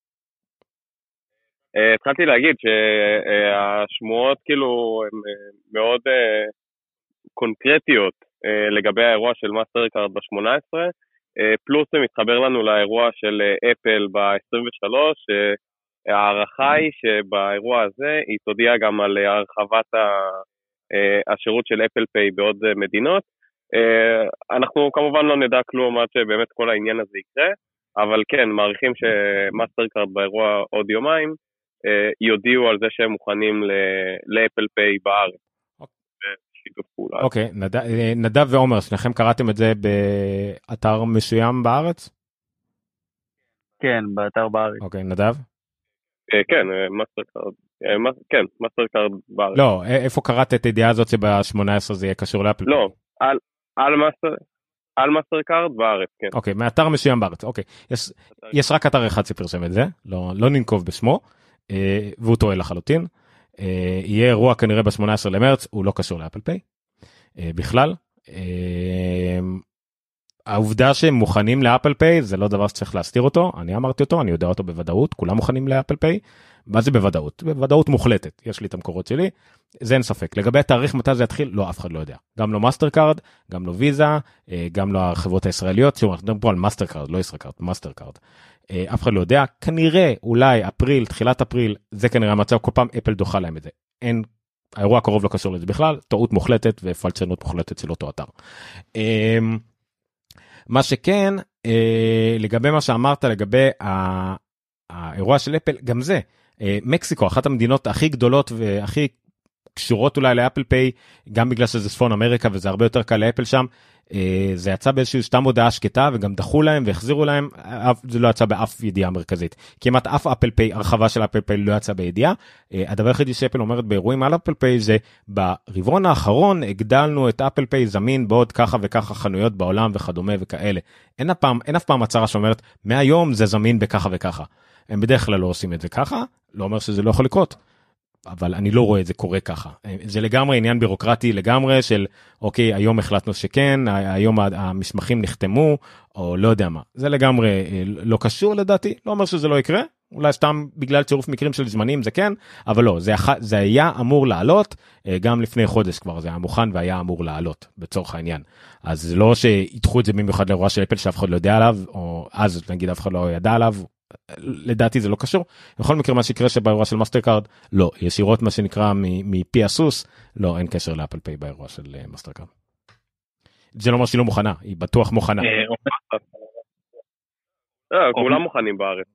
התחלתי להגיד שהשמועות כאילו הן מאוד קונקרטיות לגבי האירוע של מאסטר קארד ב-שמונה עשרה, פלוס זה מתחבר לנו לאירוע של אפל ב-עשרים ושלוש, הערכה היא שבאירוע הזה היא תודיע גם על הרחבת ה... השירות של אפל פיי בעוד מדינות. אנחנו כמובן לא נדע כלום עד שבאמת כל העניין הזה יקרה, אבל כן, מעריכים שמאסטר קארד באירוע עוד יומיים יודיעו על זה שהם מוכנים לאפל פיי בארץ. בשיתוף פעולה. אוקיי, נדב ועומר, שניכם קראתם את זה באתר מסוים בארץ? כן, באתר בארץ. אוקיי, נדב? כן, מאסטר קארד. כן, מאסטר קארד בארץ. לא, איפה קראת את הידיעה הזאת שב-שמונה עשרה זה יהיה קשור לאפל? לא, על, על מאסטר, על מאסטר קארד בארץ, כן. אוקיי, מאתר מסוים בארץ, אוקיי. יש, יש רק אתר אחד שפרסם את זה, לא, לא ננקוב בשמו, אה, והוא טועה לחלוטין. אה, יהיה אירוע כנראה ב-שמונה עשרה למרץ, הוא לא קשור לאפל פיי, אה, בכלל. אה, העובדה שהם מוכנים לאפל פיי, זה לא דבר שצריך להסתיר אותו, אני אמרתי אותו, אני יודע אותו בוודאות, כולם מוכנים לאפל פיי, מה זה בוודאות? בוודאות מוחלטת, יש לי את המקורות שלי, זה אין ספק. לגבי התאריך מתי זה יתחיל, לא, אף אחד לא יודע. גם לא מאסטר קארד, גם לא ויזה, גם לא החברות הישראליות, שוב, אנחנו מדברים פה על מאסטר קארד, לא ישראל קארד, מאסטר קארד. אף אחד לא יודע, כנראה, אולי, אפריל, תחילת אפריל, זה כנראה המצב, כל פעם אפל דוחה להם את זה. אין, האירוע הקרוב לא קשור לזה בכלל, טעות מוחלטת ופלצנות מוחלטת של אותו אתר. מה שכן, לגבי מה שאמרת, לגבי האירוע של אפל, גם זה, מקסיקו, אחת המדינות הכי גדולות והכי קשורות אולי לאפל פיי, גם בגלל שזה צפון אמריקה וזה הרבה יותר קל לאפל שם, זה יצא באיזושהי סתם הודעה שקטה וגם דחו להם והחזירו להם, זה לא יצא באף ידיעה מרכזית. כמעט אף אפל פיי, הרחבה של אפל פיי לא יצא בידיעה. הדבר היחידי שאפל אומרת באירועים על אפל פיי זה, ברבעון האחרון הגדלנו את אפל פיי זמין בעוד ככה וככה חנויות בעולם וכדומה וכאלה. אין אף פעם, אין אף פעם הצהרה שאומרת, מהיום זה זמין בככה וככה. הם בדרך כלל לא עושים את זה ככה, לא אומר שזה לא יכול לקרות, אבל אני לא רואה את זה קורה ככה. זה לגמרי עניין בירוקרטי לגמרי של, אוקיי, היום החלטנו שכן, היום המסמכים נחתמו, או לא יודע מה. זה לגמרי לא קשור לדעתי, לא אומר שזה לא יקרה, אולי סתם בגלל צירוף מקרים של זמנים זה כן, אבל לא, זה, זה היה אמור לעלות, גם לפני חודש כבר זה היה מוכן והיה אמור לעלות, בצורך העניין. אז זה לא שידחו את זה במיוחד לאירוע של אפל שאף אחד לא יודע עליו, או אז נגיד אף אחד לא ידע עליו, לדעתי זה לא קשור. בכל מקרה מה שיקרה שבאירוע של מאסטר קארד, לא, ישירות מה שנקרא מפי הסוס, לא, אין קשר לאפל פיי באירוע של מאסטר קארד. זה לא אומר שהיא לא מוכנה, היא בטוח מוכנה. כולם מוכנים בארץ.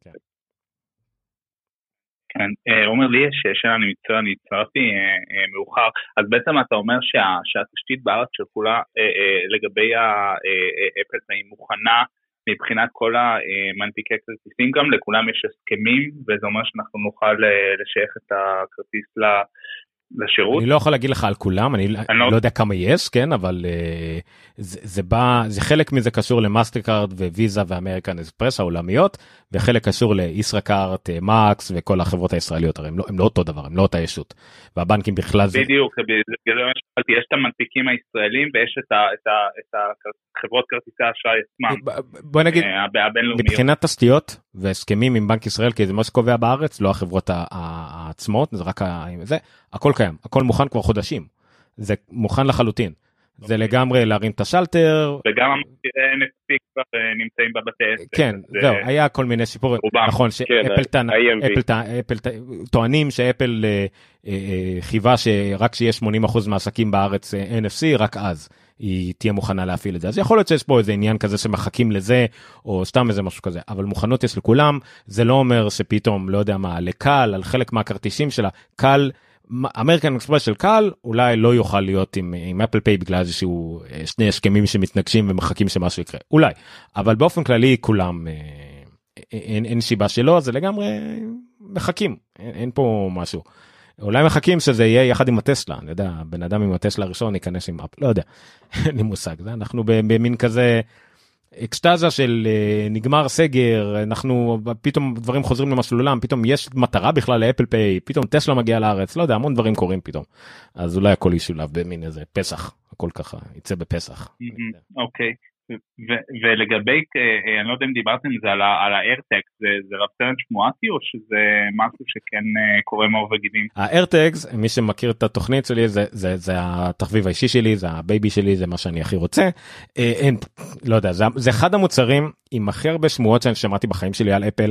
כן, אומר לי יש שאלה, אני מצטער, אני הצטרפתי מאוחר, אז בעצם אתה אומר שהתשתית בארץ של כולה לגבי האפל פיי מוכנה מבחינת כל המנפיקי כרטיסים גם, לכולם יש הסכמים, וזה אומר שאנחנו נוכל לשייך את הכרטיס לשירות. אני לא יכול להגיד לך על כולם, אני לא יודע כמה יש, כן, אבל זה בא, זה חלק מזה קשור למאסטרקארד וויזה ואמריקן אקספרס העולמיות, וחלק קשור לישראכרט, מקס וכל החברות הישראליות, הרי הם לא אותו דבר, הם לא אותה ישות, והבנקים בכלל זה... בדיוק, יש את המנפיקים הישראלים ויש את החברות כרטיסי האשראי עצמם. בוא נגיד, מבחינת תשתיות והסכמים עם בנק ישראל, כי זה מה שקובע בארץ, לא החברות העצמות, זה רק זה, הכל קיים, הכל מוכן כבר חודשים, זה מוכן לחלוטין, זה לגמרי להרים את השלטר. וגם ה-אן אף סי כבר נמצאים בבתי עסק. כן, זהו, היה כל מיני סיפורים, נכון, שאפל טוענים שאפל חיבה שרק שיש שמונים אחוז מהעסקים בארץ אן אף סי, רק אז היא תהיה מוכנה להפעיל את זה. אז יכול להיות שיש פה איזה עניין כזה שמחכים לזה, או סתם איזה משהו כזה, אבל מוכנות יש לכולם, זה לא אומר שפתאום, לא יודע מה, לקל, על חלק מהכרטיסים שלה, קל, אמריקן אקספרס של קל, אולי לא יוכל להיות עם, עם אפל פיי, בגלל איזשהו שני הסכמים שמתנגשים ומחכים שמשהו יקרה, אולי, אבל באופן כללי כולם, אין, אין שיבה שלא, זה לגמרי מחכים, אין, אין פה משהו. אולי מחכים שזה יהיה יחד עם הטסלה, אני יודע, בן אדם עם הטסלה הראשון ייכנס עם אפל, לא יודע, אין לי מושג, זה, אנחנו במין כזה אקסטאזה של נגמר סגר, אנחנו פתאום דברים חוזרים למסלולם, פתאום יש מטרה בכלל לאפל פיי, פתאום טסלה מגיעה לארץ, לא יודע, המון דברים קורים פתאום, אז אולי הכל ישולב במין איזה פסח, הכל ככה, יצא בפסח. אוקיי. ולגבי, אני לא יודע אם דיברתם על זה, על ה-AirTags, זה רב-סרן שמואטי או שזה משהו שכן קורה מאור וגידים? ה-AirTags, מי שמכיר את התוכנית שלי, זה התחביב האישי שלי, זה הבייבי שלי, זה מה שאני הכי רוצה. אין, לא יודע, זה אחד המוצרים עם הכי הרבה שמועות שאני שמעתי בחיים שלי על אפל,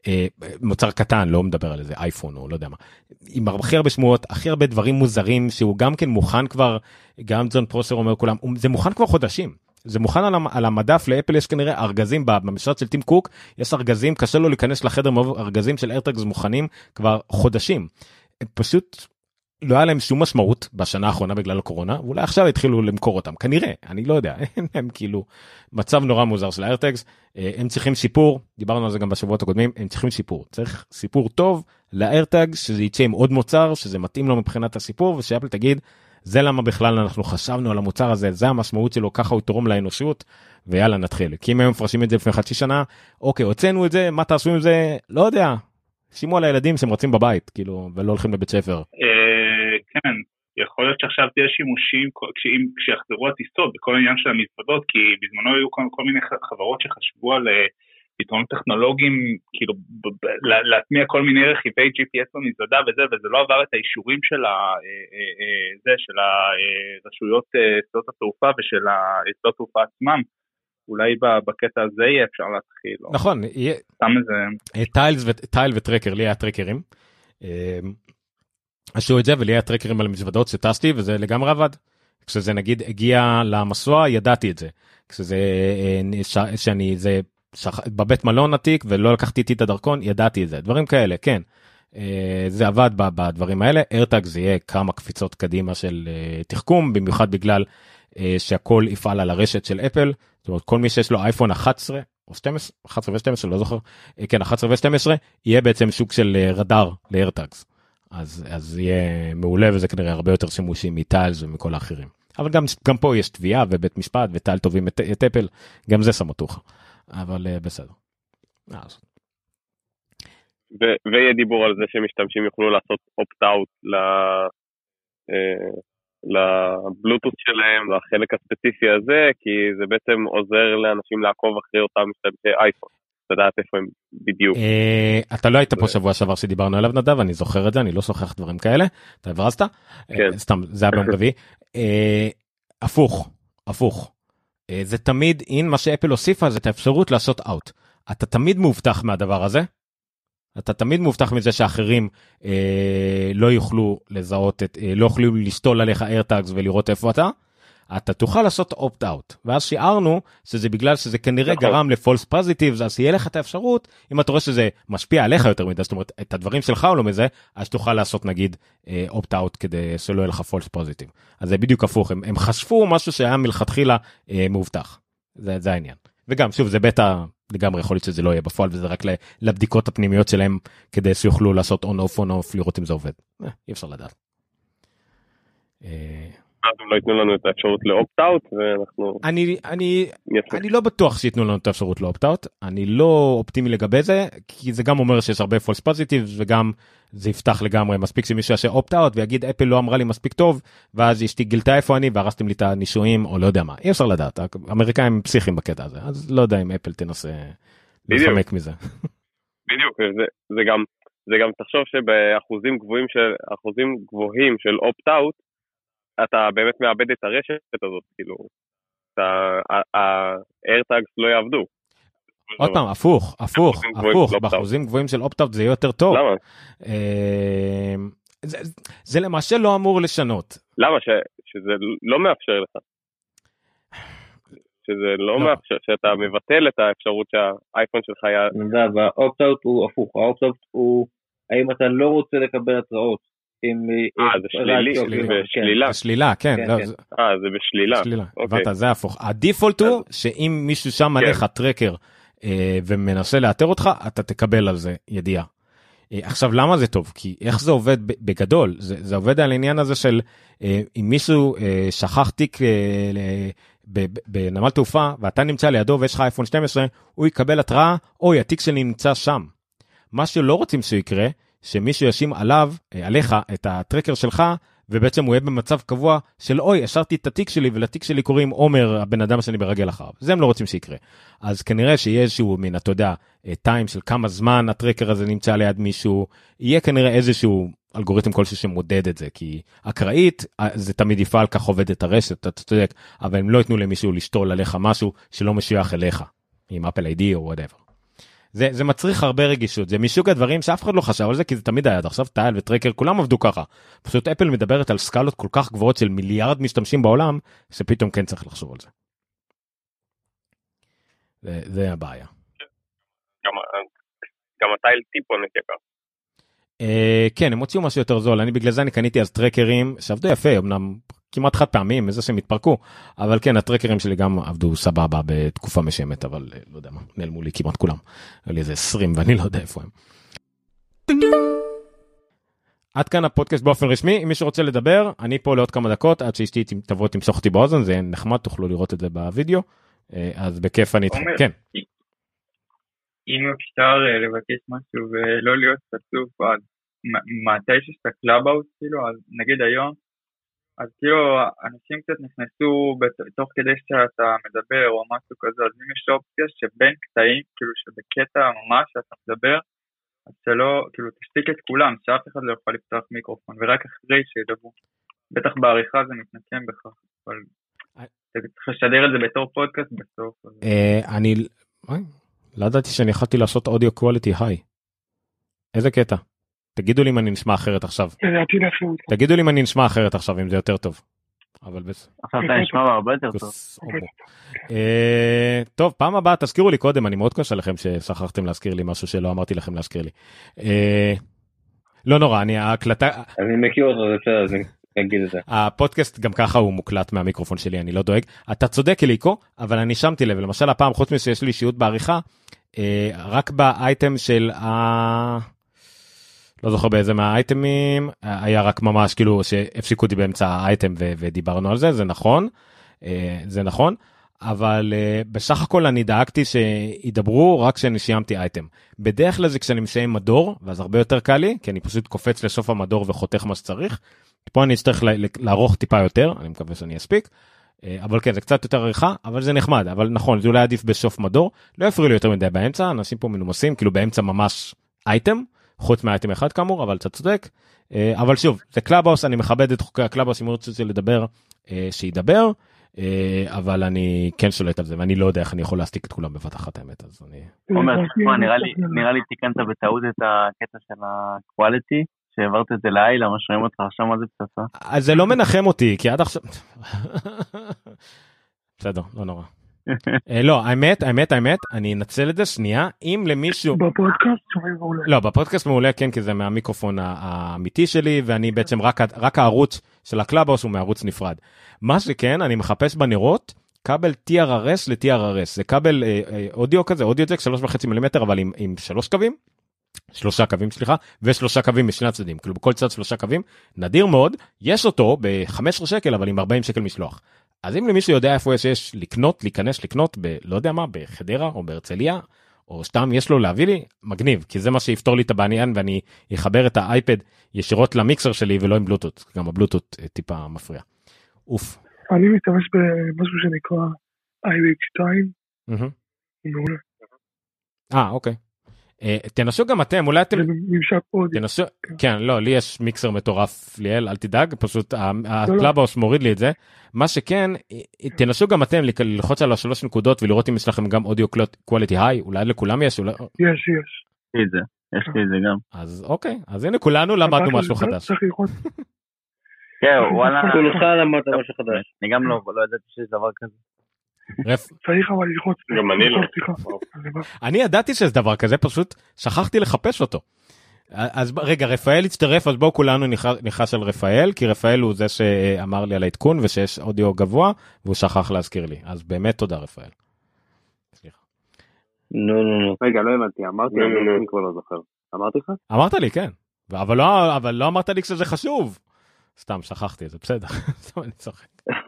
מוצר קטן, לא מדבר על איזה אייפון או לא יודע מה, עם הכי הרבה שמועות, הכי הרבה דברים מוזרים, שהוא גם כן מוכן כבר, גם ג'ון פרוסר אומר כולם, זה מוכן כבר חודשים. זה מוכן על המדף, לאפל יש כנראה ארגזים, במשרד של טים קוק, יש ארגזים, קשה לו להיכנס לחדר, ארגזים של AirTags מוכנים כבר חודשים. פשוט לא היה להם שום משמעות בשנה האחרונה בגלל הקורונה, ואולי עכשיו התחילו למכור אותם, כנראה, אני לא יודע, הם כאילו מצב נורא מוזר של ה-AirTags, הם צריכים שיפור, דיברנו על זה גם בשבועות הקודמים, הם צריכים שיפור, צריך סיפור טוב ל-AirTags, שזה יצא עם עוד מוצר, שזה מתאים לו מבחינת הסיפור, ושאפל תגיד, זה למה בכלל אנחנו חשבנו על המוצר הזה, זה המשמעות שלו, ככה הוא תורם לאנושות, ויאללה נתחיל. כי אם הם מפרשים את זה לפני חצי שנה, אוקיי, הוצאנו את זה, מה תעשו עם זה? לא יודע, שימו על הילדים שהם רצים בבית, כאילו, ולא הולכים לבית ספר. כן, יכול להיות שעכשיו תהיה שימושים, כשיחזרו הטיסות, בכל העניין של המזוודות, כי בזמנו היו כל מיני חברות שחשבו על פתרונות טכנולוגיים, כאילו, להטמיע כל מיני רכיבי ג'י פי אס במזוודה וזה, וזה לא עבר את האישורים של זה, של הרשויות שדות התעופה ושל שדות התעופה עצמם. אולי בקטע הזה יהיה אפשר להתחיל. נכון, יהיה טייל וטרקר, לי היה טרקרים. עשו את זה, ולי היה טרקרים על המזוודות שטסתי, וזה לגמרי עבד. כשזה נגיד הגיע למסוע, ידעתי את זה. כשזה, שאני, זה, בבית מלון עתיק, ולא לקחתי איתי את הדרכון, ידעתי את זה. דברים כאלה, כן. זה עבד בדברים האלה. AirTag זה יהיה כמה קפיצות קדימה של תחכום, במיוחד בגלל שהכל יפעל על הרשת של אפל. זאת אומרת, כל מי שיש לו אייפון אחת עשרה, או שתים עשרה, אחת עשרה ו-שתים עשרה, לא זוכר, כן, אחת עשרה ו-שתים עשרה, יהיה בעצם שוק של רדאר ל-AirTags. אז, אז יהיה מעולה, וזה כנראה הרבה יותר שימושי מטיילס ומכל האחרים. אבל גם, גם פה יש תביעה ובית משפט, וטייל טובים את, את אפל, גם זה סמטוחה. אבל uh, בסדר. אז. ו- ויהיה דיבור על זה שמשתמשים יוכלו לעשות opt-out ל... אה, לבלוטוס שלהם, לחלק הספציפי הזה, כי זה בעצם עוזר לאנשים לעקוב אחרי אותם משתמשי אייפון. לדעת איפה הם בדיוק. אתה לא היית פה שבוע שעבר שדיברנו עליו נדב, אני זוכר את זה, אני לא שוכח דברים כאלה, אתה הברזת? סתם, זה היה ביום רביעי. הפוך, הפוך. זה תמיד, אין מה שאפל הוסיפה, זה את האפשרות לעשות אאוט. אתה תמיד מובטח מהדבר הזה, אתה תמיד מובטח מזה שאחרים אה, לא יוכלו לזהות, את, אה, לא יוכלו לשתול עליך AirTags ולראות איפה אתה, אתה תוכל לעשות opt-out, ואז שיערנו שזה בגלל שזה כנראה נכון. גרם לפולס פוזיטיב, אז יהיה לך את האפשרות, אם אתה רואה שזה משפיע עליך יותר מדי, זאת אומרת, את הדברים שלך או לא מזה, אז תוכל לעשות נגיד אה, opt-out כדי שלא יהיה לך פולס פוזיטיב. אז זה בדיוק הפוך, הם, הם חשפו משהו שהיה מלכתחילה אה, מובטח, זה, זה העניין. וגם, שוב, זה בטא לגמרי, יכול להיות שזה לא יהיה בפועל, וזה רק לבדיקות הפנימיות שלהם, כדי שיוכלו לעשות on-off, on-off, לראות אם זה עובד. אי אפשר לדעת. אז הם לא ייתנו לנו את האפשרות לאופט-אוט, ואנחנו... אני, אני, אני לא בטוח שיתנו לנו את האפשרות לאופט-אוט, אני לא אופטימי לגבי זה, כי זה גם אומר שיש הרבה false positives, וגם זה יפתח לגמרי, מספיק שמישהו יעשה אופט-אוט, ויגיד, אפל לא אמרה לי מספיק טוב, ואז אשתי גילתה איפה אני, והרסתם לי את הנישואים, או לא יודע מה. אי אפשר לדעת, האמריקאים פסיכים בקטע הזה, אז לא יודע אם אפל תנסה לחמק מזה. בדיוק, זה, זה גם, זה גם תחשוב שבאחוזים גבוהים של, אחוזים גבוהים של אופט-אוט, אתה באמת מאבד את הרשת הזאת, כאילו, ה-AirTags לא יעבדו. עוד פעם, הפוך, הפוך, הפוך, באחוזים גבוהים של אופט-אאוט זה יהיה יותר טוב. למה? זה למעשה לא אמור לשנות. למה? שזה לא מאפשר לך. שזה לא מאפשר, שאתה מבטל את האפשרות שהאייפון שלך היה... נדב, האופט-אאוט הוא הפוך, האופט-אאוט הוא, האם אתה לא רוצה לקבל התראות? אה, זה שלילי, זה בשלילה. בשלילה, כן. אה, זה בשלילה. הבנת, זה הפוך. הדיפולט הוא שאם מישהו שם עליך טרקר ומנסה לאתר אותך, אתה תקבל על זה ידיעה. עכשיו, למה זה טוב? כי איך זה עובד בגדול? זה עובד על העניין הזה של אם מישהו שכח תיק בנמל תעופה, ואתה נמצא לידו ויש לך אייפון שתים עשרה, הוא יקבל התראה, אוי, התיק שלי נמצא שם. מה שלא רוצים שיקרה, שמישהו ישים עליו, עליך, את הטרקר שלך, ובעצם הוא יהיה במצב קבוע של, אוי, השארתי את התיק שלי, ולתיק שלי קוראים עומר, הבן אדם שאני ברגל אחריו. זה הם לא רוצים שיקרה. אז כנראה שיהיה איזשהו מין, אתה יודע, טיים של כמה זמן הטרקר הזה נמצא ליד מישהו, יהיה כנראה איזשהו אלגוריתם כלשהו שמודד את זה, כי אקראית, זה תמיד יפעל כך עובד את הרשת, אתה צודק, אבל הם לא יתנו למישהו לשתול עליך משהו שלא משוייך אליך, עם אפל איי די או whatever. זה, זה מצריך הרבה רגישות, זה מסוג הדברים שאף אחד לא חשב על זה, כי זה תמיד היה, עכשיו טייל וטרקר, כולם עבדו ככה. פשוט אפל מדברת על סקלות כל כך גבוהות של מיליארד משתמשים בעולם, שפתאום כן צריך לחשוב על זה. זה, זה הבעיה. גם, גם הטייל טיפונת יקר. אה, כן, הם הוציאו משהו יותר זול, אני בגלל זה אני קניתי אז טרקרים, שעבדו יפה, אמנם כמעט חד פעמים, איזה שהם התפרקו, אבל כן, הטרקרים שלי גם עבדו סבבה בתקופה משמת, אבל לא יודע מה, נעלמו לי כמעט כולם. היו לי איזה עשרים, ואני לא יודע איפה הם. עד כאן הפודקאסט באופן רשמי, אם מישהו רוצה לדבר, אני פה לעוד כמה דקות, עד שאשתי תבוא תמשוך אותי באוזן, זה נחמד, תוכלו לראות את זה בווידאו, אז בכיף אני איתכם. כן. אם אפשר לבקש משהו ולא להיות חצוף, אז מתי שיש את הקלאבהאוס, כאילו, אז נגיד היום, אז כאילו, אנשים קצת נכנסו תוך כדי שאתה מדבר או משהו כזה, אז אם יש אופציה שבין קטעים, כאילו שבקטע ממש שאתה מדבר, אז שלא, כאילו תשתיק את כולם, שאף אחד לא יכול לפתוח מיקרופון, ורק אחרי שידברו. בטח בעריכה זה מתנקם בכך, אבל צריך לשדר את זה בתור פודקאסט בסוף. אני, לא ידעתי שאני יכולתי לעשות אודיו קואליטי היי. איזה קטע? תגידו לי אם אני נשמע אחרת עכשיו. תגידו לי אם אני נשמע אחרת עכשיו, אם זה יותר טוב. אבל בסדר. עכשיו אתה נשמע הרבה יותר טוב. טוב, פעם הבאה תזכירו לי קודם, אני מאוד קשה לכם ששכחתם להזכיר לי משהו שלא אמרתי לכם להזכיר לי. לא נורא, אני ההקלטה... אני מכיר אותו, זה בסדר, אז אני אגיד את זה. הפודקאסט גם ככה הוא מוקלט מהמיקרופון שלי, אני לא דואג. אתה צודק אליקו, אבל אני שמתי לב, למשל הפעם, חוץ מזה שיש לי אישיות בעריכה, רק באייטם של ה... לא זוכר באיזה מהאייטמים, היה רק ממש כאילו שהפסיקו אותי באמצע האייטם ודיברנו על זה, זה נכון, זה נכון, אבל בסך הכל אני דאגתי שידברו רק כשאני סיימתי אייטם. בדרך כלל זה כשאני מסיים מדור, ואז הרבה יותר קל לי, כי אני פשוט קופץ לסוף המדור וחותך מה שצריך, פה אני אצטרך לערוך טיפה יותר, אני מקווה שאני אספיק, אבל כן, זה קצת יותר עריכה, אבל זה נחמד, אבל נכון, זה אולי עדיף בסוף מדור, לא יפריעו לי יותר מדי באמצע, אנשים פה מנומסים, כאילו באמצע ממש אייטם, חוץ מהאייטם אחד כאמור, אבל אתה צודק, אבל שוב, זה קלאבהאוס, אני מכבד את חוקי הקלאבהאוס, אם הוא רוצה לדבר, שידבר, אבל אני כן שולט על זה, ואני לא יודע איך אני יכול להסתיק את כולם בבת אחת האמת, אז אני... עומר, נראה לי תיקנת בטעות את הקטע של הקואליטי, שהעברת את זה לעילה, למה שרואים אותך עכשיו מה זה פצצה? אז זה לא מנחם אותי, כי עד עכשיו... בסדר, לא נורא. לא, האמת, האמת, האמת, אני אנצל את זה שנייה, אם למישהו... בפודקאסט מעולה. לא, בפודקאסט מעולה, כן, כי זה מהמיקרופון האמיתי שלי, ואני בעצם רק הערוץ של הקלאבהאוס הוא מערוץ נפרד. מה שכן, אני מחפש בנרות כבל טי אר אר אס ל-טי אר אר אס, זה כבל אה, אה, אודיו כזה, אודיו ג'ק שלוש וחצי מילימטר, אבל עם, עם שלוש קווים, שלושה קווים, סליחה, ושלושה קווים משני הצדדים, כאילו בכל צד שלושה קווים, נדיר מאוד, יש אותו ב-חמישה עשר שקל, אבל עם ארבעים שקל משלוח. אז אם למישהו יודע איפה יש, יש לקנות, להיכנס, לקנות, ב, לא יודע מה, בחדרה או בהרצליה, או סתם יש לו להביא לי, מגניב, כי זה מה שיפתור לי את הבעניין, ואני אחבר את האייפד ישירות למיקסר שלי, ולא עם בלוטות, גם הבלוטות טיפה מפריע. אוף. אני מתאמש במשהו שנקרא איי וי אקס שתיים. מעולה. אה, אוקיי. תנסו גם אתם, אולי אתם... ממשק אודיו. תנסו, כן, לא, לי יש מיקסר מטורף ליאל, אל תדאג, פשוט הקלאבהאוס מוריד לי את זה. מה שכן, תנסו גם אתם ללחוץ על השלוש נקודות ולראות אם יש לכם גם אודיו קואליטי היי, אולי לכולם יש, אולי... יש, יש. יש את זה, יש לי את זה גם. אז אוקיי, אז הנה כולנו למדנו משהו חדש. כן, וואלה. כולך למדת משהו חדש. אני גם לא ידעתי שיש דבר כזה. צריך אבל ללחוץ. גם אני לא. אני ידעתי שיש דבר כזה, פשוט שכחתי לחפש אותו. אז רגע, רפאל הצטרף, אז בואו כולנו ניחש על רפאל, כי רפאל הוא זה שאמר לי על העדכון, ושיש אודיו גבוה, והוא שכח להזכיר לי. אז באמת תודה רפאל. סליחה. נו, נו, נו. רגע, לא הבנתי, אמרתי, אני כבר לא זוכר. אמרתי לך? אמרת לי, כן. אבל לא, אבל לא אמרת לי שזה חשוב. סתם, שכחתי את זה, בסדר. סתם אני צוחק.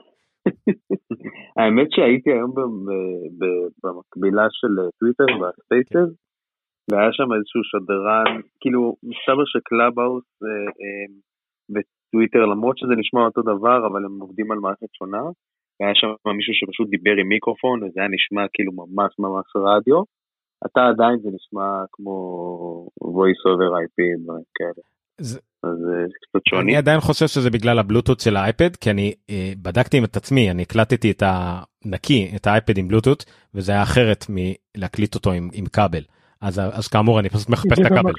האמת שהייתי היום במקבילה של טוויטר והספייסס, והיה שם איזשהו שדרן, כאילו מסתבר שקלאבהאוס וטוויטר, למרות שזה נשמע אותו דבר, אבל הם עובדים על מערכת שונה, והיה שם מישהו שפשוט דיבר עם מיקרופון, וזה היה נשמע כאילו ממש ממש רדיו, אתה עדיין זה נשמע כמו voice over איי פי, דברים כאלה. אז קצת שונים. אני עדיין חושב שזה בגלל הבלוטות של האייפד, כי אני אה, בדקתי עם את עצמי, אני הקלטתי את הנקי, את האייפד עם בלוטות, וזה היה אחרת מלהקליט אותו עם, עם כבל. אז, אז כאמור, אני פשוט מחפש את הכבל.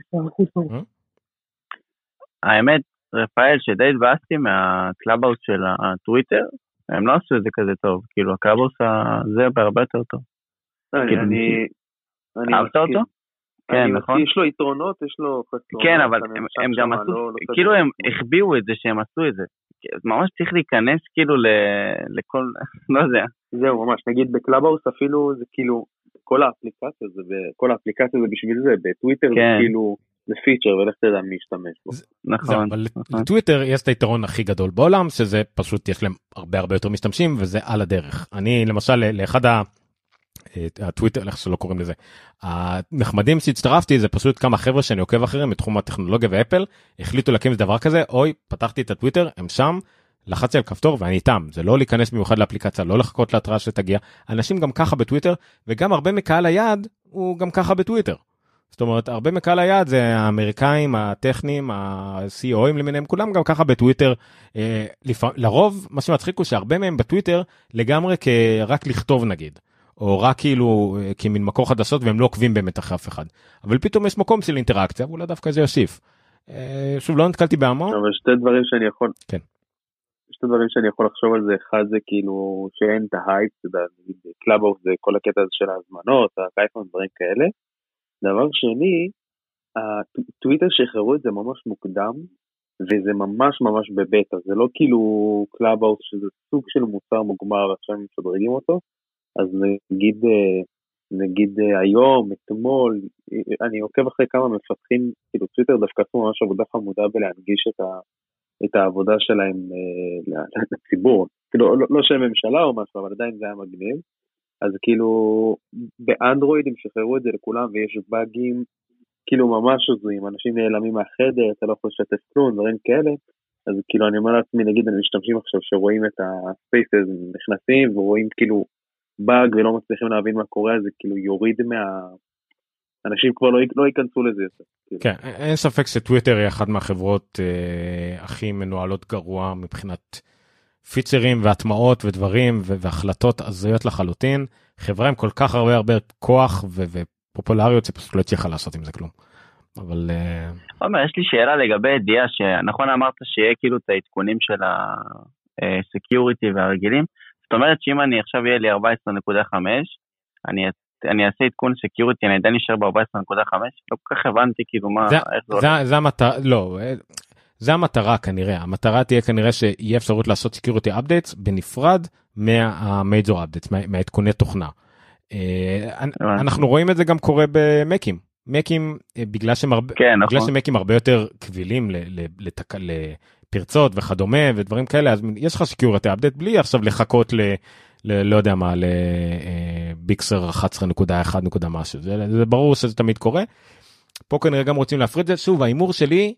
האמת, רפאל, שדי התבאסתי מהקלאבהאוס של הטוויטר, הם לא עשו את זה כזה טוב, כאילו הקלאבהאוס הזה בהרבה יותר טוב. אני... אהבת אותו? כן, נכון. יש לו יתרונות, יש לו... כן, אבל הם גם עשו, כאילו הם החביאו את זה שהם עשו את זה. ממש צריך להיכנס כאילו לכל, לא יודע. זהו, ממש, נגיד בקלאבהאוס אפילו זה כאילו, כל האפליקציה זה, כל האפליקציה זה בשביל זה, בטוויטר זה כאילו, זה פיצ'ר ולך תדע מי ישתמש בו. נכון. אבל לטוויטר יש את היתרון הכי גדול בעולם, שזה פשוט יש להם הרבה הרבה יותר משתמשים, וזה על הדרך. אני למשל, לאחד ה... הטוויטר, איך שלא קוראים לזה, הנחמדים שהצטרפתי זה פשוט כמה חבר'ה שאני עוקב אחריהם מתחום הטכנולוגיה ואפל, החליטו להקים דבר כזה, אוי, פתחתי את הטוויטר, הם שם, לחצתי על כפתור ואני איתם, זה לא להיכנס במיוחד לאפליקציה, לא לחכות להתראה שתגיע, אנשים גם ככה בטוויטר, וגם הרבה מקהל היעד הוא גם ככה בטוויטר, זאת אומרת, הרבה מקהל היעד זה האמריקאים, הטכנים, ה-סי אי או'ים למיניהם, כולם גם ככה בטוויטר, לרוב מה שמצחיק הוא שהרבה מהם בטוויטר לגמרי כרק לכתוב נגיד, או רק כאילו כמין מקור חדשות, והם לא עוקבים באמת אחרי אף אחד. אבל פתאום יש מקום של אינטראקציה, ואולי דווקא זה יוסיף. שוב, לא נתקלתי בהמון. אבל שתי דברים שאני יכול... כן. שתי דברים שאני יכול לחשוב על זה, אחד זה כאילו שאין את ההייפ, קלאבהאוס זה כל הקטע הזה של ההזמנות, הקייפון, דברים כאלה. דבר שני, הטוויטר שחררו את זה ממש מוקדם, וזה ממש ממש בבטא, זה לא כאילו קלאבהאוס שזה סוג של מוצר מוגמר, עכשיו הם משדרגים אותו, אז נגיד, נגיד היום, אתמול, אני עוקב אחרי כמה מפתחים, כאילו טוויטר דווקא עשו ממש עבודה חמודה בלהנגיש את, ה, את העבודה שלהם לציבור, כאילו לא, לא שהם ממשלה או משהו, אבל עדיין זה היה מגניב, אז כאילו באנדרואיד הם שחררו את זה לכולם ויש באגים, כאילו ממש עוזרים, אנשים נעלמים מהחדר, אתה לא יכול לשתף כלום, דברים כאלה, אז כאילו אני אומר לעצמי, נגיד אני משתמשים עכשיו שרואים את הספייסס נכנסים ורואים כאילו באג ולא מצליחים להבין מה קורה, זה כאילו יוריד מה... אנשים כבר לא, לא ייכנסו לזה יותר. כן, אין ספק שטוויטר היא אחת מהחברות אה, הכי מנוהלות גרוע מבחינת פיצ'רים והטמעות ודברים והחלטות הזויות לחלוטין. חברה עם כל כך הרבה הרבה כוח ו- ופופולריות שפשוט לא הצליחה לעשות עם זה כלום. אבל... עומר, יש לי שאלה לגבי ידיעה שנכון אמרת שיהיה כאילו את העדכונים של הסקיוריטי והרגילים. זאת אומרת שאם אני עכשיו יהיה לי ארבע עשרה נקודה חמש, אני, אני אעשה עדכון סקיוריטי, אני עדיין נשאר ב-ארבע עשרה נקודה חמש, לא כל כך הבנתי כאילו מה, זה, איך זה זה, הולך. זה המטרה, לא, זה המטרה כנראה, המטרה תהיה כנראה שיהיה אפשרות לעשות security updates בנפרד מה-major updates, מהעדכוני תוכנה. אנחנו רואים את זה גם קורה במקים, מקים בגלל שהם הרבה, בגלל שמקים הרבה יותר קבילים לפרצות וכדומה ודברים כאלה, אז יש לך security update בלי עכשיו לחכות ל... לא יודע מה, לביקסר אחת עשרה נקודה אחת נקודה משהו, זה ברור שזה תמיד קורה. פה כנראה גם רוצים להפריד את זה, שוב, האימור שלי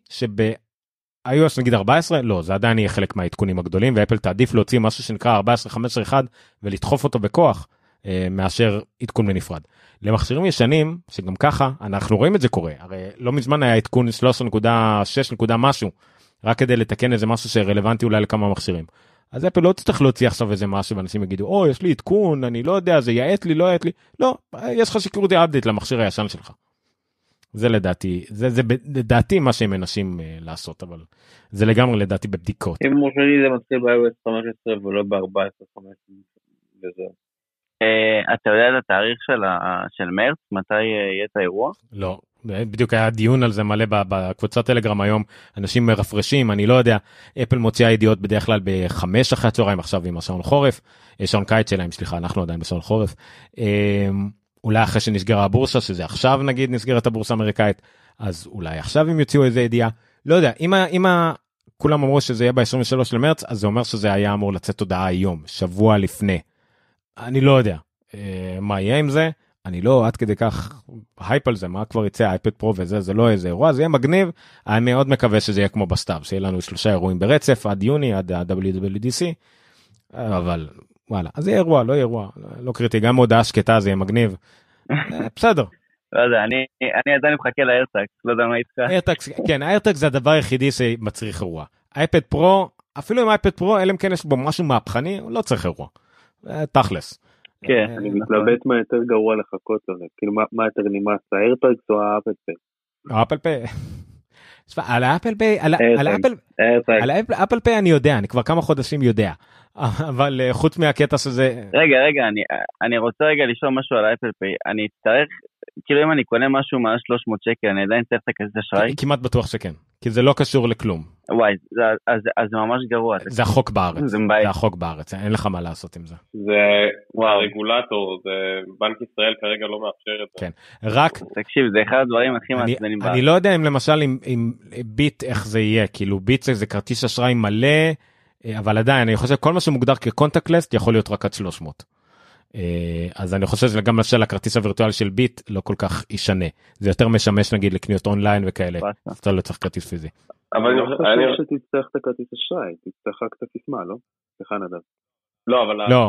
שב-iOS נגיד ארבע עשרה, לא, זה עדיין יהיה חלק מהעדכונים הגדולים, ואפל תעדיף להוציא משהו שנקרא ארבע עשרה חמש עשרה אחת ולדחוף אותו בכוח, מאשר עדכון בנפרד. למכשירים ישנים, שגם ככה, אנחנו רואים את זה קורה, הרי לא מזמן היה עדכון שלוש עשרה נקודה שש נקודה משהו, רק כדי לתקן איזה משהו שרלוונטי אולי לכמה מכשירים. אז אפל לא תצטרך להוציא עכשיו איזה משהו, ואנשים יגידו, או, יש לי עדכון, אני לא יודע, זה יעט לי, לא יעט לי. לא, יש לך security update למכשיר הישן שלך. זה לדעתי, זה, זה לדעתי מה שהם מנסים uh, לעשות, אבל זה לגמרי לדעתי בבדיקות. אם מושלי זה מתחיל ב-iOS חמש עשרה ולא ב-ארבע עשרה חמש עשרה וזהו. אתה יודע את התאריך של מרץ, מתי יהיה את האירוע? לא. בדיוק היה דיון על זה מלא בקבוצת טלגרם היום, אנשים מרפרשים, אני לא יודע, אפל מוציאה ידיעות בדרך כלל בחמש אחרי הצהריים, עכשיו עם השעון חורף, שעון קיץ שלהם, סליחה, אנחנו עדיין בשעון חורף, אולי אחרי שנסגרה הבורסה, שזה עכשיו נגיד נסגרת הבורסה האמריקאית, אז אולי עכשיו הם יוציאו איזה ידיעה, לא יודע, אם כולם אמרו שזה יהיה ב-עשרים ושלושה למרץ, אז זה אומר שזה היה אמור לצאת הודעה היום, שבוע לפני, אני לא יודע מה יהיה עם זה, אני לא עד כדי כך הייפ על זה, מה כבר יצא האייפד פרו וזה, זה לא איזה אירוע, זה יהיה מגניב, אני מאוד מקווה שזה יהיה כמו בסתיו, שיהיה לנו שלושה אירועים ברצף, עד יוני, עד ה-דאבליו דאבליו די סי, אבל וואלה, אז יהיה אירוע, לא יהיה אירוע, לא קריטי, גם הודעה שקטה זה יהיה מגניב, בסדר. לא יודע, אני עדיין מחכה לאיירטקס, לא יודע מה איתך. איירטקס, כן, האיירטקס זה הדבר היחידי שמצריך אירוע. אייפד פרו, אפילו עם אייפד פרו, אלא אם כן יש בו משהו מהפכני, לא צריך אירוע. תכלס. כן, אני מתלבט מה יותר גרוע לחכות לזה, כאילו מה יותר נמאס, האיירטגס או האפל פיי? האפל פיי. על האפל פיי, על האפל פיי אני יודע, אני כבר כמה חודשים יודע, אבל חוץ מהקטע שזה... רגע, רגע, אני רוצה רגע לשאול משהו על האפל פיי, אני אצטרך, כאילו אם אני קונה משהו מעל שלוש מאות שקל, אני עדיין צריך את הכרטיס אשראי? כמעט בטוח שכן, כי זה לא קשור לכלום. וואי, אז זה ממש גרוע. זה החוק בארץ, זה החוק בארץ, אין לך מה לעשות עם זה. זה הרגולטור, בנק ישראל כרגע לא מאפשר את זה. כן, רק... תקשיב, זה אחד הדברים הכי מעצבנים בארץ. אני לא יודע אם למשל עם ביט איך זה יהיה, כאילו ביט זה כרטיס אשראי מלא, אבל עדיין, אני חושב כל מה שמוגדר כקונטקט-לס יכול להיות רק עד שלוש מאות. אז אני חושב שגם לשל הכרטיס הווירטואלי של ביט לא כל כך ישנה. זה יותר משמש נגיד לקניות אונליין וכאלה. אז אתה לא צריך כרטיס פיזי. אבל אני חושב שתצטרך את הכרטיס אשראי, תצטרך רק את הסיסמה, לא? סליחה נדב. לא, אבל לא,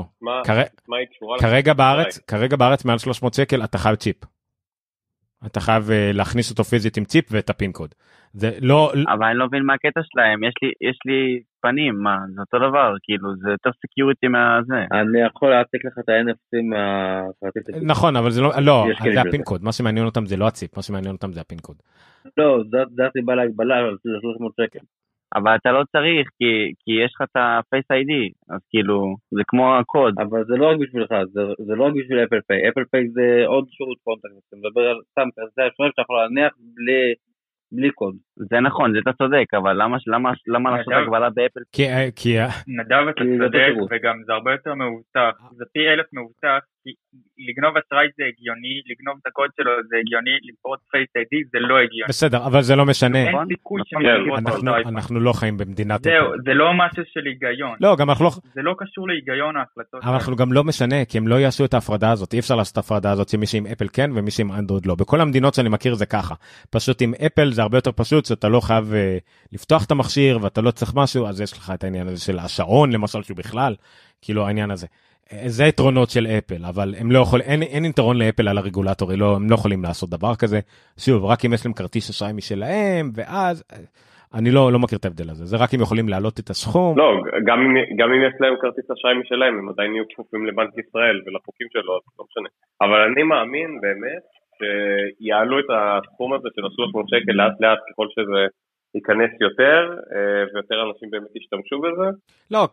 כרגע בארץ, כרגע בארץ מעל שלוש מאות שקל אתה חייב צ'יפ. אתה חייב להכניס אותו פיזית עם ציפ ואת הפין קוד. זה לא... אבל אני לא מבין מה הקטע שלהם, יש לי, יש לי פנים, מה, זה אותו דבר, כאילו, זה יותר סקיוריטי מהזה. אני יכול להעתיק לך את ה-אן אף סי מהכרטיס. נכון, אבל זה לא, לא, זה הפין קוד, מה שמעניין אותם זה לא הציפ, מה שמעניין אותם זה הפין קוד. לא, זה הסיבה להגבלה, אבל זה שלוש מאות שקל. אבל אתה לא צריך, כי, כי יש לך את ה-Face איי די, אז כאילו, זה כמו הקוד. אבל זה לא רק בשבילך, זה, זה לא רק בשביל אפל פיי, אפל פיי זה עוד שירות קונטקט, אתה מדבר על סתם, זה השונה שאתה יכול להניח בלי, בלי קוד. זה נכון, זה אתה צודק, אבל למה, למה, למה לעשות הגבלה באפל? כי, כי... נדב אתה צודק, וגם זה הרבה יותר מאובטח, זה פי אלף מאובטח, כי לגנוב אשראי זה הגיוני, לגנוב את הקוד שלו זה הגיוני, לפרוץ Face איי די זה לא הגיוני. בסדר, אבל זה לא משנה. אין סיכוי שמגיעים אנחנו לא חיים במדינת... זהו, זה לא משהו של היגיון. לא, גם אנחנו לא... זה לא קשור להיגיון ההחלטות. אבל אנחנו גם לא משנה, כי הם לא יעשו את ההפרדה הזאת. אי אפשר לעשות את ההפרדה הזאת שמי שעם אפל כן ומי שעם אנדרואיד לא. בכל המדינות שאני מכיר זה ככה. פשוט עם אפל זה הרבה יותר פשוט, שאתה לא חייב לפתוח את המכשיר ואתה לא צריך משהו, אז יש לך את העניין הזה של השעון, למשל, שהוא בכלל, כאילו העניין הזה. זה היתרונות של אפל, אבל הם לא יכול, אין, אין יתרון לאפל על הרגולטורי, לא, הם לא יכולים לעשות דבר כזה. שוב, רק אם יש להם כרטיס אשראי משלהם, ואז אני לא, לא מכיר את ההבדל הזה. זה רק אם יכולים להעלות את הסכום. לא, גם אם, גם אם יש להם כרטיס אשראי משלהם, הם עדיין יהיו כפופים לבנק ישראל ולחוקים שלו, אז לא משנה. אבל אני מאמין באמת שיעלו את הסכום הזה של שלוש מאות שקל לאט לאט ככל שזה ייכנס יותר, ויותר אנשים באמת ישתמשו בזה. לא,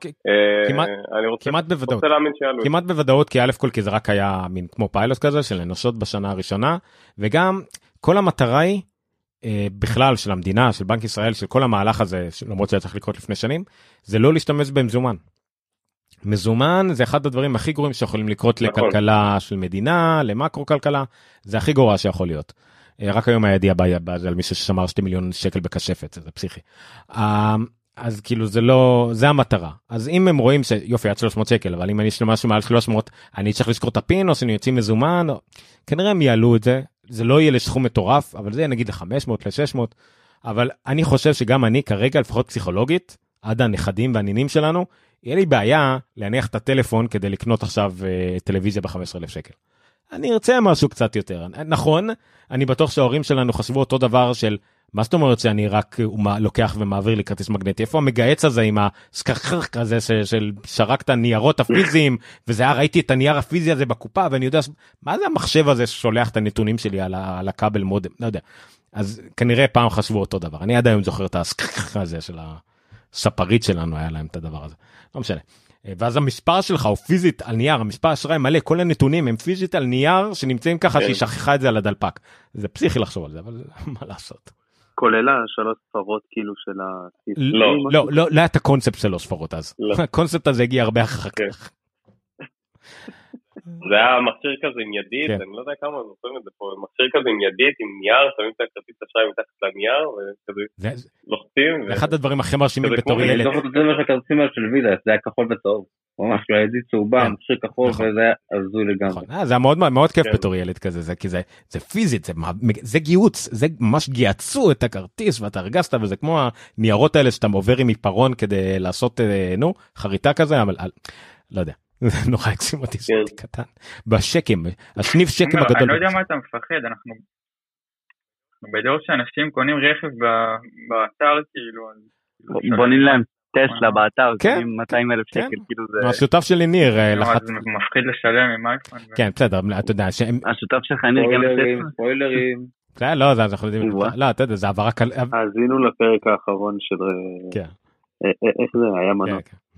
כמעט בוודאות. כמעט בוודאות, כי א' כל כי זה רק היה מין כמו פיילוט כזה של לנסות בשנה הראשונה, וגם כל המטרה היא בכלל של המדינה, של בנק ישראל, של כל המהלך הזה, למרות שהיה צריך לקרות לפני שנים, זה לא להשתמש במזומן. מזומן זה אחד הדברים הכי גרועים שיכולים לקרות לכלכלה של מדינה, למקרו כלכלה, זה הכי גרוע שיכול להיות. רק היום היה ידיעה על מישהו ששמר שתי מיליון שקל בכשפת, זה פסיכי. אז כאילו זה לא, זה המטרה. אז אם הם רואים שיופי, עד שלוש מאות שקל, אבל אם אני יש משהו מעל שלוש מאות, אני צריך לזכור את הפין, או שאני יוצאים מזומן, או... כנראה הם יעלו את זה, זה לא יהיה לסכום מטורף, אבל זה נגיד ל-חמש מאות, ל-שש מאות, אבל אני חושב שגם אני כרגע, לפחות פסיכולוגית, עד הנכדים והנינים שלנו, יהיה לי בעיה להניח את הטלפון כדי לקנות עכשיו uh, טלוויזיה ב-חמישה עשר אלף שקל. אני ארצה משהו קצת יותר. נכון, אני בטוח שההורים שלנו חשבו אותו דבר של, מה זאת אומרת שאני רק לוקח ומעביר לי כרטיס מגנטי? איפה המגייץ הזה עם הסקרקרק הזה של שרק את הניירות הפיזיים, וזה היה, ראיתי את הנייר הפיזי הזה בקופה, ואני יודע, מה זה המחשב הזה ששולח את הנתונים שלי על, על הכבל מודם? לא יודע. אז כנראה פעם חשבו אותו דבר. אני עד היום זוכר את הסקרקרק הזה של הספרית שלנו, היה להם את הדבר הזה. לא משנה. ואז המספר שלך הוא פיזית על נייר, המספר אשראי מלא, כל הנתונים הם פיזית על נייר שנמצאים ככה שהיא שכחה את זה על הדלפק. זה פסיכי לחשוב על זה, אבל מה לעשות? כולל השלוש ספרות כאילו של ה... לא, לא, לא, לא היה את הקונספט של הספרות אז. הקונספט הזה הגיע הרבה אחר כך. זה היה מכשיר כזה עם ידית, אני לא יודע כמה זוכרים את זה פה, מכשיר כזה עם ידית, עם נייר, שמים את הכרטיס אשראי מתחת לנייר, וכזה לוחצים. זה אחד הדברים הכי מרשימים בתור ילד. אני זוכר את זה הכרטיסים האלה של ויזה, זה היה כחול וצהוב. ממש לא ידית צהובה, מכשיר כחול, וזה היה הזוי לגמרי. זה היה מאוד כיף בתור ילד כזה, כי זה פיזית, זה גיוץ, זה ממש גיעצו את הכרטיס, ואתה הרגשת, וזה כמו הניירות האלה שאתה עובר עם עיפרון כדי לעשות, נו, חריטה כזה, אבל לא יודע. זה נורא הקסים אותי, זה קטן. בשקם, השניף שקם הגדול. אני לא יודע מה אתה מפחד, אנחנו בדור שאנשים קונים רכב באתר, כאילו... בונים להם טסלה באתר, קונים מאתיים אלף שקל, כאילו זה... השותף שלי ניר... זה מפחיד לשלם עם אייפון. כן, בסדר, אתה יודע... השותף שלך ניר גם טסלה. ספוילרים. זה לא, זה אנחנו יודעים... לא, אתה יודע, זה עברה קל... האזינו לפרק האחרון של... איך זה היה מנוע?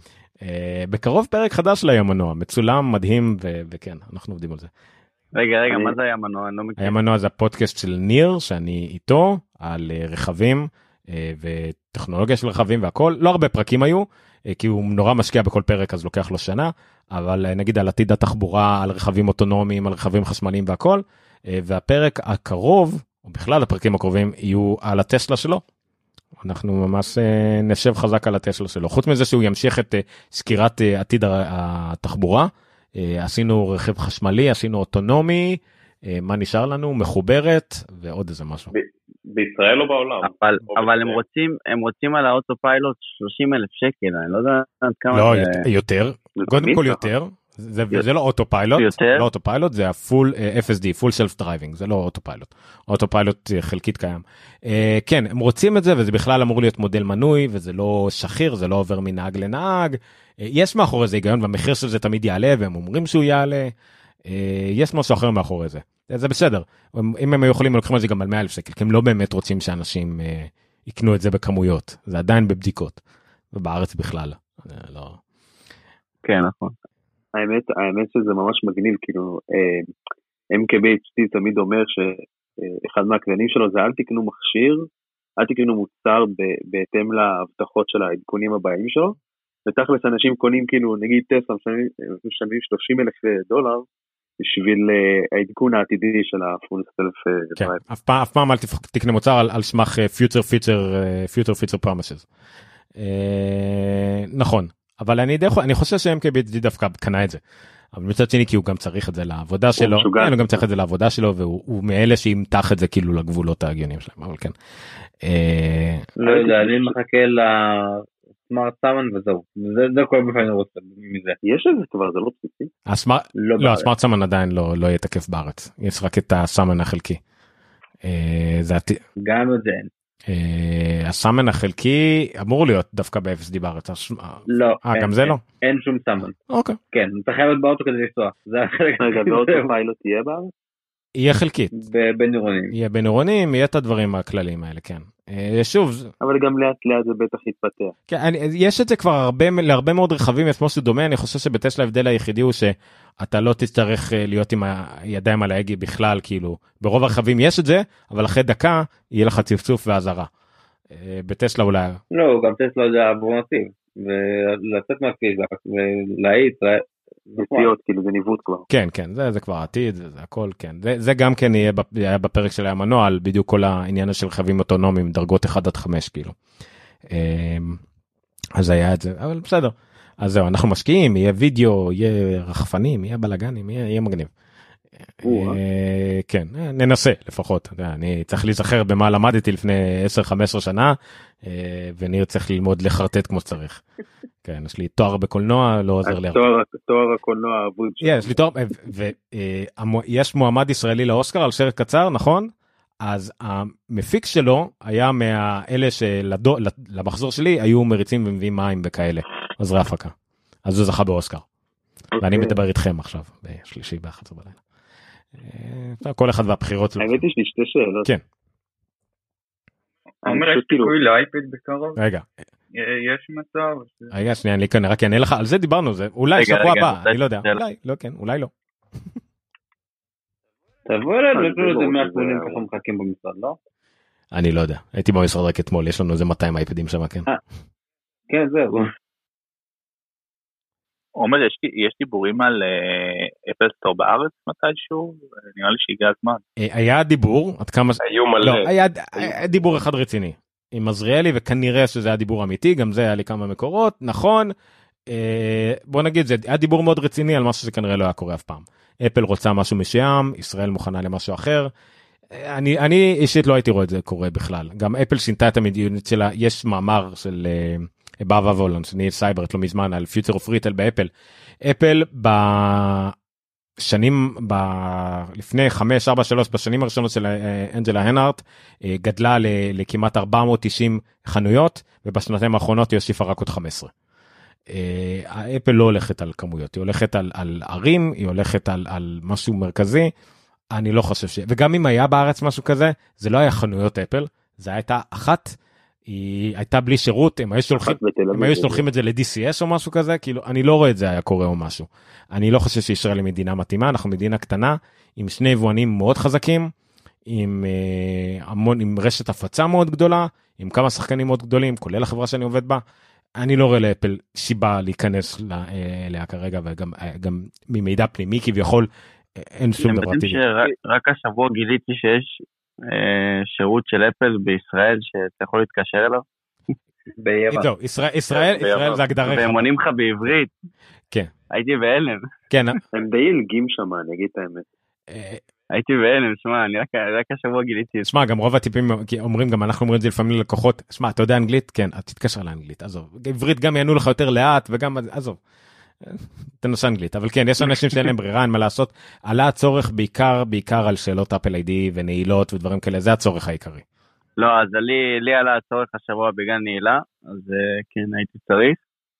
בקרוב פרק חדש של היה מנוע, מצולם, מדהים, וכן, אנחנו עובדים על זה. רגע, רגע, מה זה היה מנוע? היה מנוע זה הפודקאסט של ניר, שאני איתו, על רכבים, וטכנולוגיה של רכבים והכל, לא הרבה פרקים היו, כי הוא נורא משקיע בכל פרק, אז לוקח לו שנה, אבל נגיד על עתיד התחבורה, על רכבים אוטונומיים, על רכבים חשמליים והכל, והפרק הקרוב, או בכלל הפרקים הקרובים, יהיו על הטסלה שלו, אנחנו ממש נשב חזק על הטסלה שלו. חוץ מזה שהוא ימשיך את סקירת עתיד התחבורה, עשינו רכב חשמלי, עשינו אוטונומי, מה נשאר לנו? מחוברת, ועוד איזה משהו. בישראל או בעולם? אבל, אבל הם רוצים, הם רוצים על האוטופיילוט שלושים אלף שקל, אני לא יודע כמה... לא, זה... יותר, קודם כל יותר. זה, זה לא אוטופיילוט, לא אוטופיילוט, זה הפול אף אס די, פול סלף דרייבינג, זה לא אוטופיילוט. אוטופיילוט חלקית קיים. כן, הם רוצים את זה, וזה בכלל אמור להיות מודל מנוי, וזה לא שכיר, זה לא עובר מנהג לנהג. יש מאחורי זה היגיון, והמחיר של זה תמיד יעלה, והם אומרים שהוא יעלה. יש משהו אחר מאחורי זה. זה בסדר. אם הם היו יכולים, הם לוקחים את זה גם על מאה אלף שקל, כי הם לא באמת רוצים שאנשים יקנו את זה בכמויות. זה עדיין בבדיקות. ובארץ בכלל. לא... כן, נכון. האמת, האמת שזה ממש מגניב, כאילו, אם קיי בי אייץ' די תמיד אומר שאחד מהכללים שלו זה אל תקנו מכשיר, אל תקנו מוצר בהתאם להבטחות של העדכונים הבאים שלו, ותכלס אנשים קונים כאילו, נגיד טסלה, משלמים שלושים אלף דולר, בשביל העדכון העתידי של הפול סלף דרייב. אף פעם אל תקנה מוצר על שמך future feature, future feature promises. נכון. אבל אני, די, אני חושב ש-אם קיי בי אייץ' די דווקא קנה את זה. אבל מצד שני, כי הוא גם צריך את זה לעבודה שלו. כן, הוא גם צריך את זה לעבודה שלו, והוא מאלה שימתח את זה כאילו לגבולות ההגיוניים שלהם, אבל כן. לא יודע, אני מחכה לסמארט סאמן וזהו. זה כל מה שאני רוצה מזה. יש את זה כבר, זה לא בסיסי? לא, הסמארט סאמן עדיין לא יהיה תקף בארץ. יש רק את הסאמן החלקי. גם את זה אין. הסאמן החלקי אמור להיות דווקא ב-אף אס די בארץ. לא. אה, גם זה לא? אין שום סאמן. אוקיי. כן, אתה חייב להיות באוטו כדי לנסוע. זה החלק. רגע, באוטופיילוט יהיה בארץ? יהיה חלקית. בין עירונים. יהיה בין עירונים, יהיה את הדברים הכלליים האלה, כן. שוב, אבל גם לאט לאט זה בטח יתפתח. כן, אני, יש את זה כבר הרבה, להרבה מאוד רכבים, יש משהו דומה, אני חושב שבטסלה ההבדל היחידי הוא שאתה לא תצטרך להיות עם הידיים על ההגה בכלל, כאילו, ברוב הרכבים יש את זה, אבל אחרי דקה יהיה לך צפצוף והזרה. בטסלה אולי... לא, גם טסלה זה עבור נתיב, ולצאת מהפיזק, ולהאיץ, נסיעות, כאילו זה ניווט כבר. כן, כן, זה, זה כבר עתיד, זה, זה הכל, כן. זה, זה גם כן יהיה, היה בפרק של המנוע, על בדיוק כל העניין של רכבים אוטונומיים, דרגות אחת עד חמש, כאילו. אז היה את זה, אבל בסדר. אז זהו, אנחנו משקיעים, יהיה וידאו, יהיה רחפנים, יהיה בלגנים, יהיה, יהיה מגניב. כן, ננסה לפחות. אני צריך להיזכר במה למדתי לפני עשר חמש עשרה שנה, ואני צריך ללמוד לחרטט כמו שצריך. כן, יש לי תואר בקולנוע, לא עוזר לי. תואר הקולנוע האבוד שלו. יש לי תואר, ויש מועמד ישראלי לאוסקר על סרט קצר, נכון? אז המפיק שלו היה מהאלה שלמחזור שלי היו מריצים ומביאים מים וכאלה, עוזרי הפקה. אז הוא זכה באוסקר. ואני מדבר איתכם עכשיו, בשלישי באחת עשרה בלילה. כל אחד והבחירות. האמת יש לי שתי שאלות. כן. אומר, יש סיכוי לאייפד בקרוב? רגע. יש מצב? רגע, שנייה, אני כאן רק אענה לך, על זה דיברנו, אני שבוע הבא, אני לא יודע, אולי, לא כן, אולי לא. תבוא אלינו, יש לנו איזה מאה שמונים ככה מחכים במשרד, לא? אני לא יודע, הייתי במשרד רק אתמול, יש לנו איזה מאתיים אייפדים שם, כן. כן, זהו. עומר, יש דיבורים על אפל סטור בארץ מתישהו? נראה לי שהגיע הזמן. היה דיבור, עד כמה... היו מלא. לא, היה דיבור אחד רציני. עם עזריאלי, וכנראה שזה היה דיבור אמיתי, גם זה היה לי כמה מקורות, נכון, בוא נגיד, זה היה דיבור מאוד רציני על משהו שכנראה לא היה קורה אף פעם. אפל רוצה משהו משם, ישראל מוכנה למשהו אחר, אני, אני אישית לא הייתי רואה את זה קורה בכלל, גם אפל שינתה את המדיניות שלה, יש מאמר של באבה וולן, שני סייברט לא מזמן, על Future of Retail באפל, אפל ב... שנים ב... לפני חמש, ארבע, שלוש, בשנים הראשונות של אנג'לה הנארט, גדלה לכמעט ארבע מאות ותשעים חנויות, ובשנתיים האחרונות היא הוסיפה רק עוד חמש עשרה. האפל לא הולכת על כמויות, היא הולכת על, על ערים, היא הולכת על, על משהו מרכזי, אני לא חושב ש... וגם אם היה בארץ משהו כזה, זה לא היה חנויות אפל, זה הייתה אחת, היא הייתה בלי שירות, הם היו שולחים, הם היו שולחים את זה ל-די סי אס או משהו כזה, כאילו, אני לא רואה את זה היה קורה או משהו. אני לא חושב שישראל היא מדינה מתאימה, אנחנו מדינה קטנה, עם שני יבואנים מאוד חזקים, עם, אה, המון, עם רשת הפצה מאוד גדולה, עם כמה שחקנים מאוד גדולים, כולל החברה שאני עובד בה, אני לא רואה לאפל שיבה להיכנס אליה כרגע, וגם גם ממידע פנימי כביכול, אין שום דבר טבעי. רק השבוע גיליתי שיש שירות של אפל בישראל שאתה יכול להתקשר אליו. ביוון. ישראל זה הגדרה. והם עונים לך בעברית. כן. הייתי בהלם. כן. הם די ילגים שם, אני אגיד את האמת. הייתי בהלם, שמע, אני רק השבוע גיליתי. שמע, גם רוב הטיפים אומרים, גם אנחנו אומרים את זה לפעמים ללקוחות, שמע, אתה יודע אנגלית? כן, תתקשר לאנגלית, עזוב. עברית גם יענו לך יותר לאט, וגם, עזוב. תנסה אנגלית, אבל כן, יש אנשים שאין להם ברירה, אין מה לעשות. עלה הצורך בעיקר, בעיקר על שאלות אפל איי די ונעילות ודברים כאלה, זה הצורך העיקרי. לא, אז לי, לי עלה הצורך השבוע בגלל נעילה, אז כן, הייתי צריך.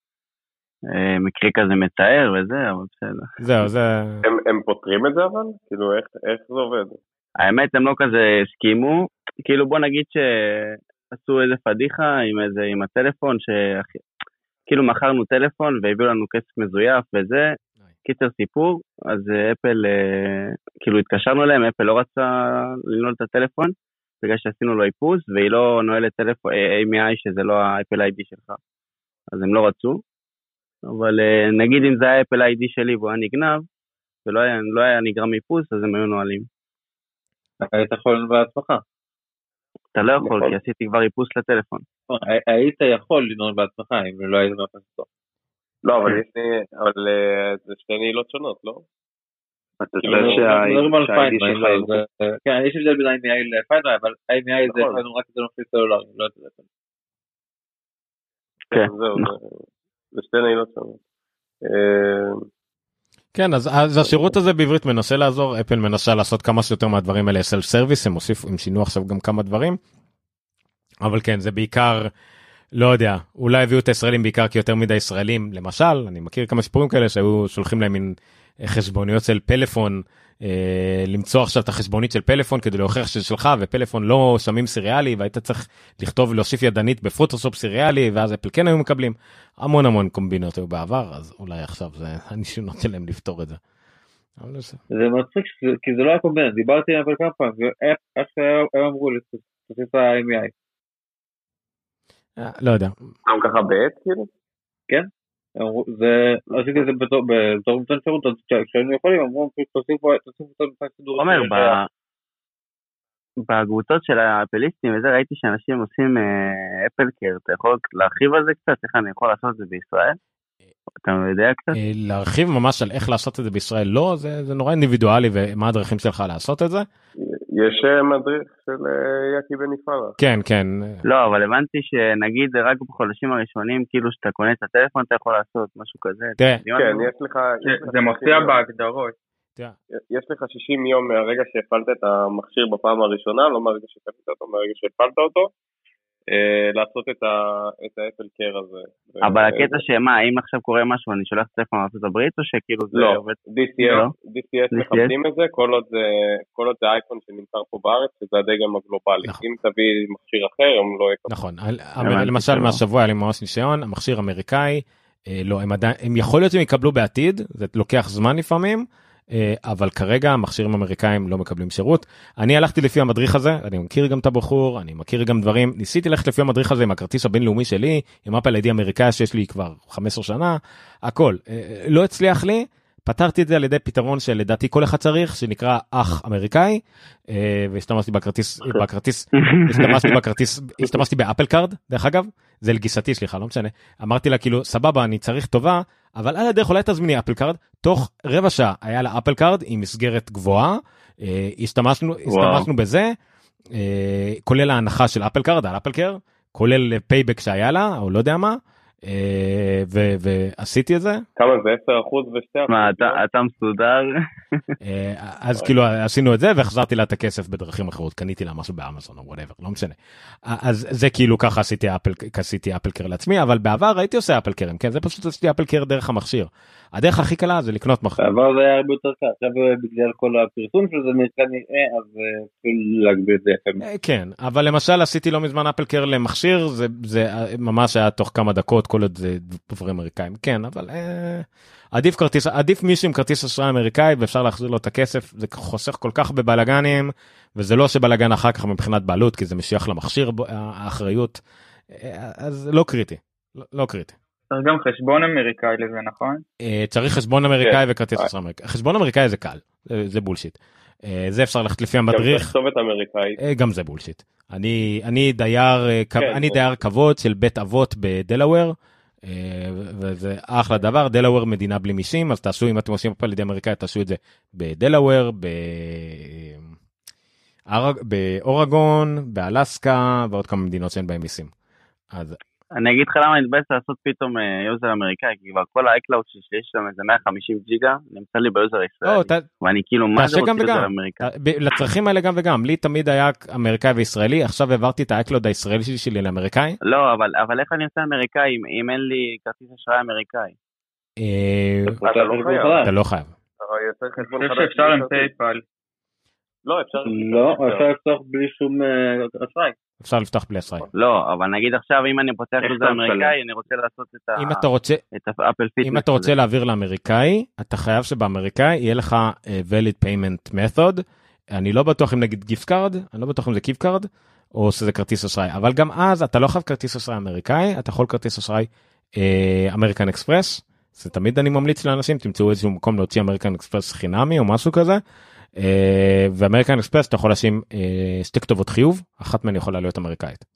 מקרי כזה מתאר וזה, אבל בסדר. זהו, זה... הם, הם פותרים את זה אבל? כאילו, איך, איך זה עובד? האמת, הם לא כזה הסכימו, כאילו בוא נגיד שעשו איזה פדיחה עם איזה, עם הטלפון, שכאילו מכרנו טלפון והביאו לנו כסף מזויף וזה, קיצר סיפור, אז אפל, כאילו התקשרנו אליהם, אפל לא רצה לנעול את הטלפון, בגלל שעשינו לו איפוס, והיא לא נועלת טלפון, איי אם איי שזה לא האפל איי די שלך, אז הם לא רצו. אבל נגיד אם זה היה אפל איי די שלי והוא היה נגנב, ולא היה, לא היה נגרם איפוס, אז הם היו נועלים. היית יכול בעצמך. אתה לא יכול, כי עשיתי כבר איפוס לטלפון. היית יכול לנעול בעצמך, אם לא היית מאפס אותו. לא, אבל זה שתי נעילות שונות, לא? אתה יודע שהאי די שלך... כן, יש הבדל בין איי אם איי לפיידראי, אבל איי אם איי זה רק את זה נופל סלולרי, לא את זה. כן, זהו, זה שתי נעילות שונות. כן, אז השירות הזה בעברית מנסה לעזור, אפל מנסה לעשות כמה שיותר מהדברים האלה סלף סרוויס, הם הוסיפו, הם שינו עכשיו גם כמה דברים, אבל כן, זה בעיקר, לא יודע, אולי הביאו את הישראלים בעיקר כי יותר מדי ישראלים, למשל, אני מכיר כמה סיפורים כאלה שהיו שולחים להם מין חשבוניות של פלאפון, למצוא עכשיו את החשבונית של פלאפון כדי להוכיח שזה שלך, ופלאפון לא שמים סיריאלי, והיית צריך לכתוב ולהוסיף ידנית בפוטושופ סיריאלי, ואז אפל כן היו מקבלים. המון המון קומבינות היו בעבר, אז אולי עכשיו זה הניסיונות שלהם לפתור את זה. זה מצחיק, כי זה לא היה קומבינות, דיברתי עם אפל כמה פעם, ואיך הם אמרו לי, תוסיף ה-אם איי. לא יודע. גם ככה בעט כאילו? כן. זה, עשיתי את זה בתור מתן שירות, כשאני יכולים, אמרו, תוסיפו את המשחק סידור. אומר, בקבוצות של האפליסטים וזה, ראיתי שאנשים עושים אפל קר, אתה יכול להרחיב על זה קצת, איך אני יכול לעשות את זה בישראל? אתה יודע קצת? להרחיב ממש על איך לעשות את זה בישראל, לא, זה נורא אינדיבידואלי, ומה הדרכים שלך לעשות את זה? יש מדריך של יקי בניפרה. כן, כן. לא, אבל הבנתי שנגיד רק בחודשים הראשונים, כאילו שאתה קונה את הטלפון, אתה יכול לעשות משהו כזה. כן, יש לך... זה מופיע בהגדרות. יש לך שישים יום מהרגע שהפעלת את המכשיר בפעם הראשונה, לא מהרגע שקנית אותו, מהרגע שהפעלת אותו, לעשות את האפל קר הזה. אבל הקטע שמה, אם עכשיו קורה משהו, אני שולח טלפון מארצות הברית, או שכאילו זה עובד? לא, די סי אס מכבדים את זה, כל עוד זה אייקון שנמצא פה בארץ, שזה הדגם הגלובלי. אם תביא מכשיר אחר, הם לא יקבלו. נכון, למשל מהשבוע היה לי ממש ניסיון, המכשיר אמריקאי, לא, הם יכול להיות שהם יקבלו בעתיד, זה לוקח זמן לפעמים, אבל כרגע המכשירים האמריקאים לא מקבלים שירות. אני הלכתי לפי המדריך הזה, אני מכיר גם את הבחור, אני מכיר גם דברים, ניסיתי ללכת לפי המדריך הזה עם הכרטיס הבינלאומי שלי, עם אפל איי די אמריקאי שיש לי כבר חמש עשרה שנה, הכל. לא הצליח לי, פתרתי את זה על ידי פתרון שלדעתי כל אחד צריך, שנקרא אח אמריקאי, והשתמשתי בכרטיס, בכרטיס, השתמשתי בכרטיס, השתמשתי באפל קארד, דרך אגב, זה לגיסתי, סליחה, לא משנה. אמרתי לה כאילו, סבבה, אני צריך טובה, אבל על הדרך אולי תזמיני אפל קארד, תוך רבע שעה היה לה אפל קארד עם מסגרת גבוהה, השתמשנו, השתמשנו בזה, כולל ההנחה של אפל קארד, על אפל קארד, כולל פייבק שהיה לה, או לא יודע מה, ועשיתי את זה. כמה זה? עשרה אחוז ושתי אחוז? מה, אתה מסודר? אז כאילו עשינו את זה והחזרתי לה את הכסף בדרכים אחרות, קניתי לה משהו באמזון או whatever, לא משנה. אז זה כאילו ככה עשיתי אפל קר לעצמי, אבל בעבר הייתי עושה אפל קרים, כן, זה פשוט עשיתי אפל קר דרך המכשיר. הדרך הכי קלה זה לקנות מכשיר. בעבר זה היה הרבה יותר קל, עכשיו בגלל כל הפרסום של זה נראה, אז אפילו להגביר את זה יפה. כן, אבל למשל עשיתי לא מזמן אפל קר למכשיר, זה ממש היה תוך כמה דקות, כל עוד זה דברים אמריקאים, כן, אבל עדיף כרטיס, עדיף מישהו עם כרטיס אשראי אמריקאי, ואפשר להחזיר לו את הכסף, זה חוסך כל כך בבלגנים, וזה לא שבלגן אחר כך מבחינת בעלות, כי זה משיח למכשיר האחריות, אז לא קריטי, לא קריטי. צריך גם חשבון אמריקאי לזה, נכון? צריך חשבון אמריקאי וכרטיס אשראי אמריקאי. חשבון אמריקאי זה קל, זה בולשיט. זה אפשר ללכת לפי המדריך. גם כתובת אמריקאית. גם זה בולשיט. אני אני דייר אני דייר כבוד של בית אבות בדלאוור, וזה אחלה דבר. דלאוור מדינה בלי מיסים, אז תעשו, אם אתם עושים אפל לידי אמריקאי, תעשו את זה בדלאוור, באורגון, באלסקה, ועוד כמה מדינות שאין בהם מיסים. אז אני אגיד לך למה אני מתבאס לעשות פתאום יוזר אמריקאי, כי כבר כל ה-iCloud שיש שם איזה מאה וחמישים ג'יגה, נמצא לי ביוזר ישראלי, ואני כאילו, מה זה רוצה יוזר אמריקאי? לצרכים האלה גם וגם, לי תמיד היה אמריקאי וישראלי, עכשיו העברתי את ה-iCloud הישראלי שלי לאמריקאי. לא, אבל איך אני עושה אמריקאי אם אין לי כרטיס אשראי אמריקאי? אתה לא חייב. אני חושב שאפשר עם פייפל. לא, אפשר לפתוח בלי שום אשראי. אפשר לפתוח בלי אשראי. לא, אבל נגיד עכשיו אם אני פותח יוזר אמריקאי, אני רוצה לעשות את האפל פיטנס. אם אתה רוצה להעביר לאמריקאי, אתה חייב שבאמריקאי יהיה לך valid payment method. אני לא בטוח אם נגיד גיפט קארד, אני לא בטוח אם זה גיפט קארד, או שזה כרטיס אשראי. אבל גם אז אתה לא חייב כרטיס אשראי אמריקאי, אתה יכול כרטיס אשראי אמריקן אקספרס. זה תמיד אני ממליץ לאנשים, תמצאו איזשהו מקום להוציא אמריקן אקספרס חינמי או משהו כזה. ואמריקן אקספרס אתה יכול לשים שתי כתובות חיוב, אחת מהן יכולה להיות אמריקאית.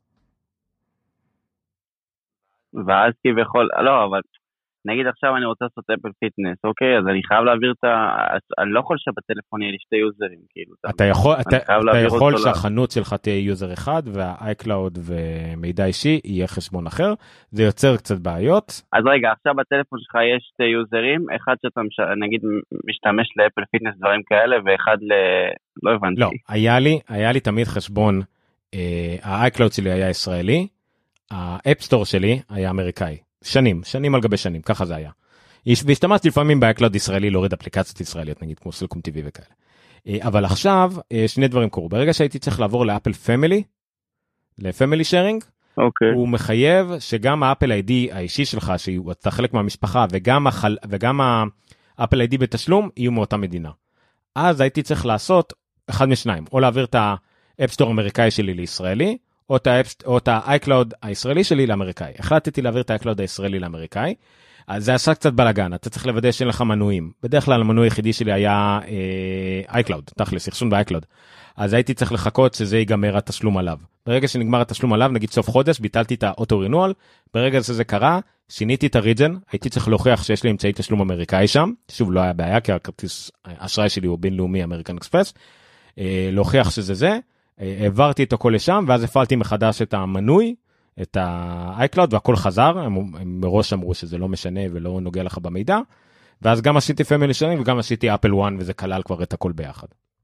ואז כביכול, לא, אבל נגיד עכשיו אני רוצה לעשות אפל פיטנס, אוקיי, אז אני חייב להעביר את ה... אני לא יכול שבטלפון יהיה לי שתי יוזרים, כאילו. אתה יכול, אתה יכול שהחנות שלך תהיה יוזר אחד, וה-iCloud ומידע אישי יהיה חשבון אחר, זה יוצר קצת בעיות. אז רגע, עכשיו בטלפון שלך יש שתי יוזרים, אחד שאתה נגיד משתמש לאפל פיטנס דברים כאלה, ואחד ל... לא הבנתי. לא, היה לי, היה לי תמיד חשבון, ה-iCloud שלי היה ישראלי, האפסטור שלי היה אמריקאי. שנים, שנים על גבי שנים, ככה זה היה. והשתמשתי לפעמים באייקלאוד ישראלי להוריד אפליקציות ישראליות, נגיד כמו סלקום טי וי וכאלה. אבל עכשיו שני דברים קורו. ברגע שהייתי צריך לעבור לאפל פמילי, לפמילי שיירינג, אוקיי. הוא מחייב שגם האפל איי די האישי שלך, שאתה חלק מהמשפחה, וגם, החל... וגם האפל איי די בתשלום, יהיו מאותה מדינה. אז הייתי צריך לעשות אחד משניים, או להעביר את האפסטור האמריקאי שלי לישראלי, או את האייקלאוד הישראלי שלי לאמריקאי. החלטתי להעביר את האייקלאוד הישראלי לאמריקאי, אז זה עשה קצת בלגן, אתה צריך לוודא שאין לך מנויים. בדרך כלל המנוי היחידי שלי היה אייקלאוד, תכלס, אחסון באייקלאוד. אז הייתי צריך לחכות שזה ייגמר התשלום עליו. ברגע שנגמר התשלום עליו, נגיד סוף חודש, ביטלתי את האוטו-רינואל, ברגע שזה קרה, שיניתי את הריג'ן, הייתי צריך להוכיח שיש לי אמצעי תשלום אמריקאי שם, שוב לא היה בעיה, כי הכרטיס האשראי שלי הוא בינלאומי אמריקן אקספרס, להוכיח שזה זה, העברתי את הכל לשם, ואז הפעלתי מחדש את המנוי, את ה-iCloud, והכל חזר, הם, הם מראש אמרו שזה לא משנה ולא נוגע לך במידע, ואז גם עשיתי פמילי שיירינג וגם עשיתי אפל וואן, וזה כלל כבר את הכל ביחד.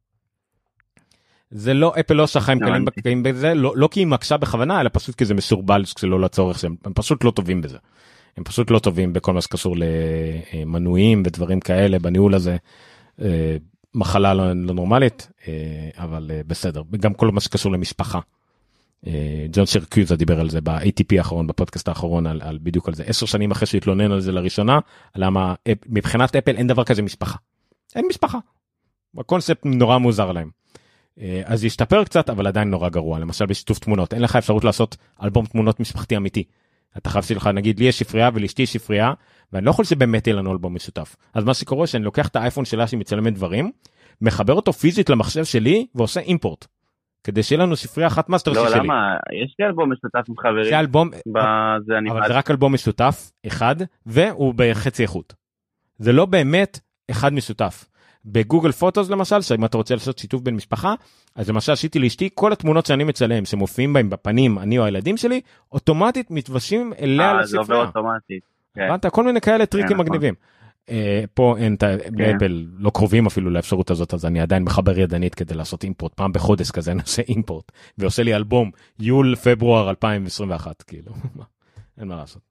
זה לא, אפל לא שחיים קלים בקעים בזה, לא, לא כי היא מקשה בכוונה, אלא פשוט כי זה מסורבל שלא לצורך שהם, הם פשוט לא טובים בזה. הם פשוט לא טובים בכל מה שקשור למנויים ודברים כאלה, בניהול הזה, מחלה לא, לא נורמלית, אבל בסדר. גם כל מה שקשור למשפחה. ג'ון שרקיוזה דיבר על זה ב-איי טי פי האחרון, בפודקאסט האחרון, על, על בדיוק על זה. עשר שנים אחרי שהתלונן על זה לראשונה, למה מבחינת אפל אין דבר כזה משפחה. אין משפחה. הקונספט נורא מוזר להם. אז ישתפר קצת, אבל עדיין נורא גרוע. למשל בשיתוף תמונות, אין לך אפשרות לעשות אלבום תמונות משפחתי אמיתי. אתה חייב שלך, נגיד, לי יש ספרייה ולאשתי יש ספרייה, ואני לא יכול שבאמת יהיה לנו אלבום משותף. אז מה שקורה, שאני לוקח את האייפון שלה שמצלמת דברים, מחבר אותו פיזית למחשב שלי, ועושה אימפורט. כדי שיהיה לנו ספרייה אחת מאסטר שלי. לא, למה? יש לי אלבום משותף עם חברים. זה אלבום, אבל זה רק אלבום משותף, אחד, והוא בחצי איכות. זה לא באמת אחד משותף. בגוגל פוטוס למשל, שאם אתה רוצה לעשות שיתוף בין משפחה, אז למשל עשיתי לאשתי, כל התמונות שאני מצלם, שמופיעים בהם בפנים, אני או הילדים שלי, אוטומטית מתווספים אליה לספרייה. זה עובר אוטומטית. הבנת? כל מיני כאלה טריקים מגניבים. פה אין, באפל לא קרובים אפילו לאפשרות הזאת, אז אני עדיין מחבר ידנית כדי לעשות אימפורט, פעם בחודש כזה אני עושה אימפורט, ועושה לי אלבום יול פברואר אלפיים עשרים ואחת, כאילו, אין מה לעשות.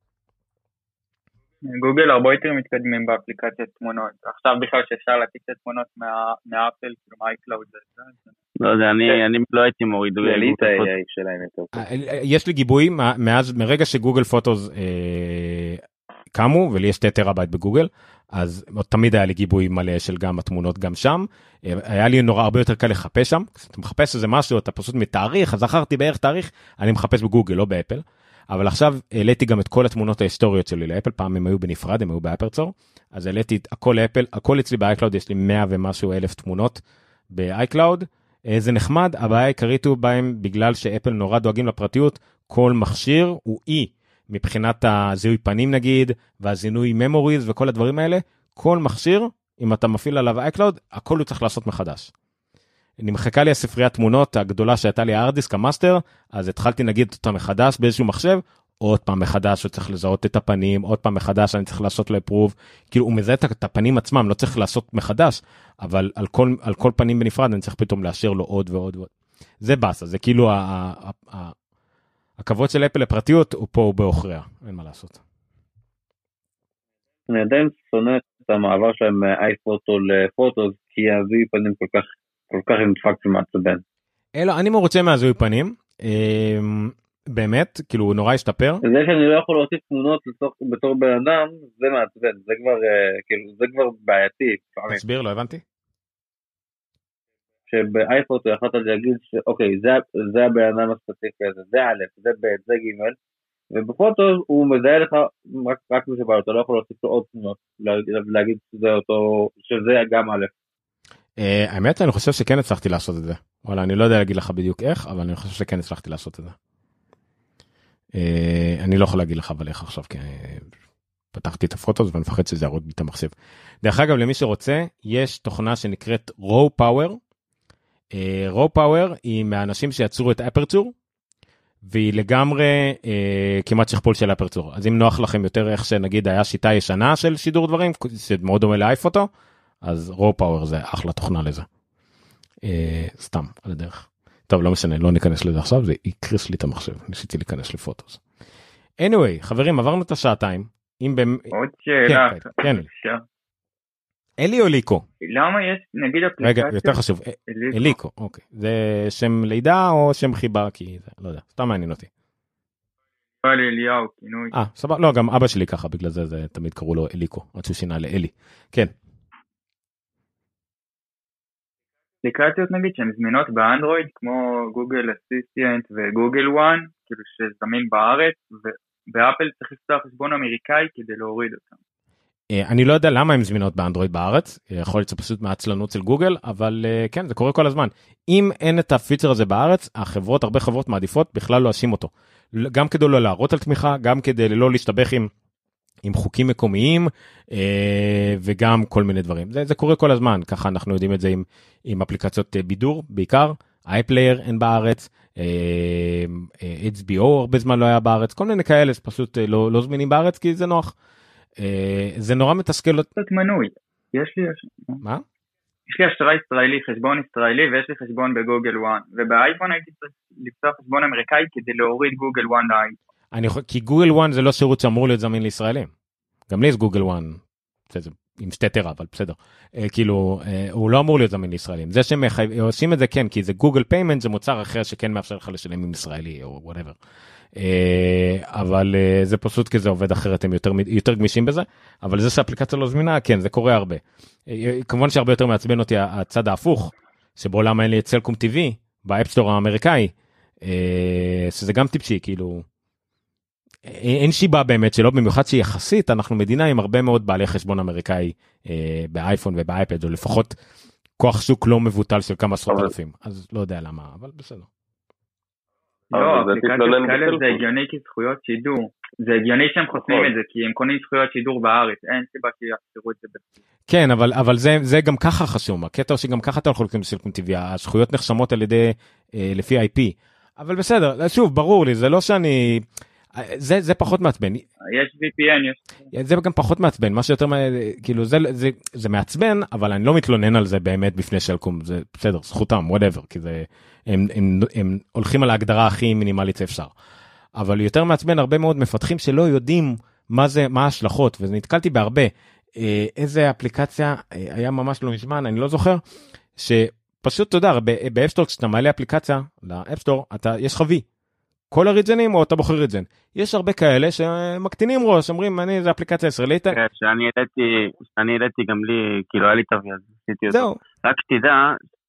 גוגל הרבה יותר מתקדמים באפליקציית תמונות, עכשיו בכלל שאפשר להציג את התמונות מהאפל, כאילו מהאייקלאוד. לא יודע, אני לא הייתי מוריד. יש לי גיבוי, מרגע שגוגל פוטוס קמו, ולי יש שתי טראבייט בגוגל, אז תמיד היה לי גיבוי מלא של גם התמונות גם שם, היה לי נורא הרבה יותר קל לחפש שם, אתה מחפש איזה משהו, אתה פשוט מתאריך, אז זכרתי בערך תאריך, אני מחפש בגוגל, לא באפל, אבל עכשיו העליתי גם את כל התמונות ההיסטוריות שלי לאפל, פעם הם היו בנפרד, הם היו באפרצור, אז העליתי את הכל לאפל, הכל אצלי באייקלאוד, יש לי מאה ומשהו אלף תמונות באייקלאוד, זה נחמד, הבעיה העיקרית הוא בהם, בגלל שאפל נורא דואגים לפרטיות, כל מכשיר הוא אי, מבחינת הזיהוי פנים נגיד, והזינוי ממוריז וכל הדברים האלה, כל מכשיר, אם אתה מפעיל עליו אייקלאוד, הכל הוא צריך לעשות מחדש. נמחקה לי הספריית תמונות הגדולה שהייתה לי הארדיסק, המאסטר, אז התחלתי נגיד אותה מחדש באיזשהו מחשב, עוד פעם מחדש הוא צריך לזהות את הפנים, עוד פעם מחדש אני צריך לעשות לו פרוב, כאילו הוא מזהה את הפנים עצמם, לא צריך לעשות מחדש, אבל על כל, על כל פנים בנפרד אני צריך פתאום לאשר לו עוד ועוד ועוד. זה בסה, זה כאילו ה, ה, ה, הכבוד של אפל לפרטיות הוא פה באוכריה, אין מה לעשות. אני עדיין שונא את המעבר שלהם מאייפוטו לפוטוס, כי הזיהוי פנים כל כך, כל כך נדפק ומעצבן. אלא, אני מרוצה מהזיהוי פנים, באמת, כאילו הוא נורא השתפר. זה שאני לא יכול להוסיף תמונות בתור בן אדם, זה מעצבן, זה כבר, כאילו, זה כבר בעייתי. תסביר, לא הבנתי. שבאייפוטו יכולת להגיד שאוקיי, זה, זה הבן אדם הספציפי הזה, זה א', זה ב', זה ג', ובפוטו הוא מזהה לך רק, רק מי שבא, אתה לא יכול להוסיף לו עוד תמונות, להגיד שזה אותו, שזה גם א'. האמת, אני חושב שכן הצלחתי לעשות את זה. וואלה, אני לא יודע להגיד לך בדיוק איך, אבל אני חושב שכן הצלחתי לעשות את זה. אני לא יכול להגיד לך אבל איך עכשיו, כי פתחתי את הפוטוס ואני מפחד שזה יערוד את המחשב. דרך אגב, למי שרוצה, יש תוכנה שנקראת Raw Power. Raw Power היא מהאנשים שיצרו את אפרצור, והיא לגמרי כמעט שכפול של אפרצור. אז אם נוח לכם יותר איך שנגיד היה שיטה ישנה של שידור דברים, שמאוד דומה לאייפוטו, אז Raw Power זה אחלה תוכנה לזה. סתם, על הדרך. טוב, לא משנה, לא ניכנס לזה עכשיו, זה יקריס לי את המחשב, ניסיתי להיכנס לפוטוס. anyway, חברים, עברנו את השעתיים, אם במ... עוד שאלה. כן, כן. אלי או ליקו? למה יש, נגיד אפליקציה? רגע, יותר חשוב, אליקו, אוקיי. זה שם לידה או שם חיבה? כי זה, לא יודע, סתם מעניין אותי. אליהו, כינוי. אה, סבבה, לא, גם אבא שלי ככה, בגלל זה, זה תמיד קראו לו אליקו, עד שהוא שינה לאלי. כן. אפליקציות נגיד שהן זמינות באנדרואיד, כמו גוגל אסיסטנט וגוגל וואן, כאילו שזמין בארץ, ובאפל צריך לפתוח חשבון אמריקאי כדי להוריד אותם. אני לא יודע למה הן זמינות באנדרואיד בארץ, יכול להיות פשוט מעצלנות של גוגל, אבל כן, זה קורה כל הזמן. אם אין את הפיצ'ר הזה בארץ, החברות, הרבה חברות מעדיפות בכלל לא אשים אותו. גם כדי לא להראות על תמיכה, גם כדי לא להשתבח עם, עם חוקים מקומיים, וגם כל מיני דברים. זה, זה קורה כל הזמן, ככה אנחנו יודעים את זה עם, עם אפליקציות בידור, בעיקר, iPlayer אין בארץ, אייץ' בי או הרבה זמן לא היה בארץ, כל מיני כאלה, זה פשוט לא, לא זמינים בארץ, כי זה נוח. זה נורא מתסכל. קצת מנוי, יש לי... מה? יש לי אשראי ישראלי, חשבון ישראלי, ויש לי חשבון בגוגל וואן, ובאייפון הייתי צריך לפתוח חשבון אמריקאי כדי להוריד גוגל וואן לאייפון. כי גוגל וואן זה לא שירות שאמור להיות זמין לישראלים. גם לי יש גוגל וואן, עם שתי טרה, אבל בסדר. כאילו, הוא לא אמור להיות זמין לישראלים. זה שהם עושים את זה כן, כי זה גוגל פיימנט, זה מוצר אחר שכן מאפשר לך לשלם עם ישראלי, או whatever. אבל זה פשוט כי זה עובד אחרת, הם יותר, יותר גמישים בזה, אבל זה שהאפליקציה לא זמינה, כן, זה קורה הרבה. כמובן שהרבה יותר מעצבן אותי הצד ההפוך, שבעולם אין לי את סלקום טי וי, באפסטור האמריקאי, שזה גם טיפשי, כאילו, אין שיבה באמת שלא, במיוחד שיחסית, אנחנו מדינה עם הרבה מאוד בעלי חשבון אמריקאי, באייפון ובאייפד, או לפחות כוח שוק לא מבוטל של כמה עשרות אלפים, אז לא יודע למה, אבל בסדר. לא, אפליקציות כאלה זה הגיוני כזכויות שידור. זה הגיוני שהם חוסמים את זה, כי הם קונים זכויות שידור בארץ. אין סיבה שיחסרו את זה. כן, אבל, אבל זה, זה גם ככה חשוב. הקטע הוא שגם ככה אתה יכול לקנות בסלקום טי וי. הזכויות נחשמות על ידי, לפי איי פי. אבל בסדר, שוב, ברור לי, זה לא שאני... זה, זה פחות מעצבן. יש וי פי אן, יש. זה גם פחות מעצבן. מה שיותר, כאילו, זה, זה, זה מעצבן, אבל אני לא מתלונן על זה באמת בפני סלקום. זה בסדר, זכותם, whatever, כי זה... הם, הם, הם הולכים על ההגדרה הכי מינימלית שאפשר. אבל יותר מעצבן הרבה מאוד מפתחים שלא יודעים מה זה, מה ההשלכות, ונתקלתי בהרבה. איזה אפליקציה היה ממש לא מזמן, אני לא זוכר, שפשוט, אתה יודע, באפסטור, כשאתה מעלה אפליקציה לאפסטור, אתה, יש לך וי. כל הריג'נים או אתה בוחר ריג'ן. יש הרבה כאלה שמקטינים ראש, אומרים, אני, זה אפליקציה ישראלית. כן, שאני העליתי, שאני העליתי גם לי, כאילו, היה לי תווי, אז עשיתי אותו. רק תדע,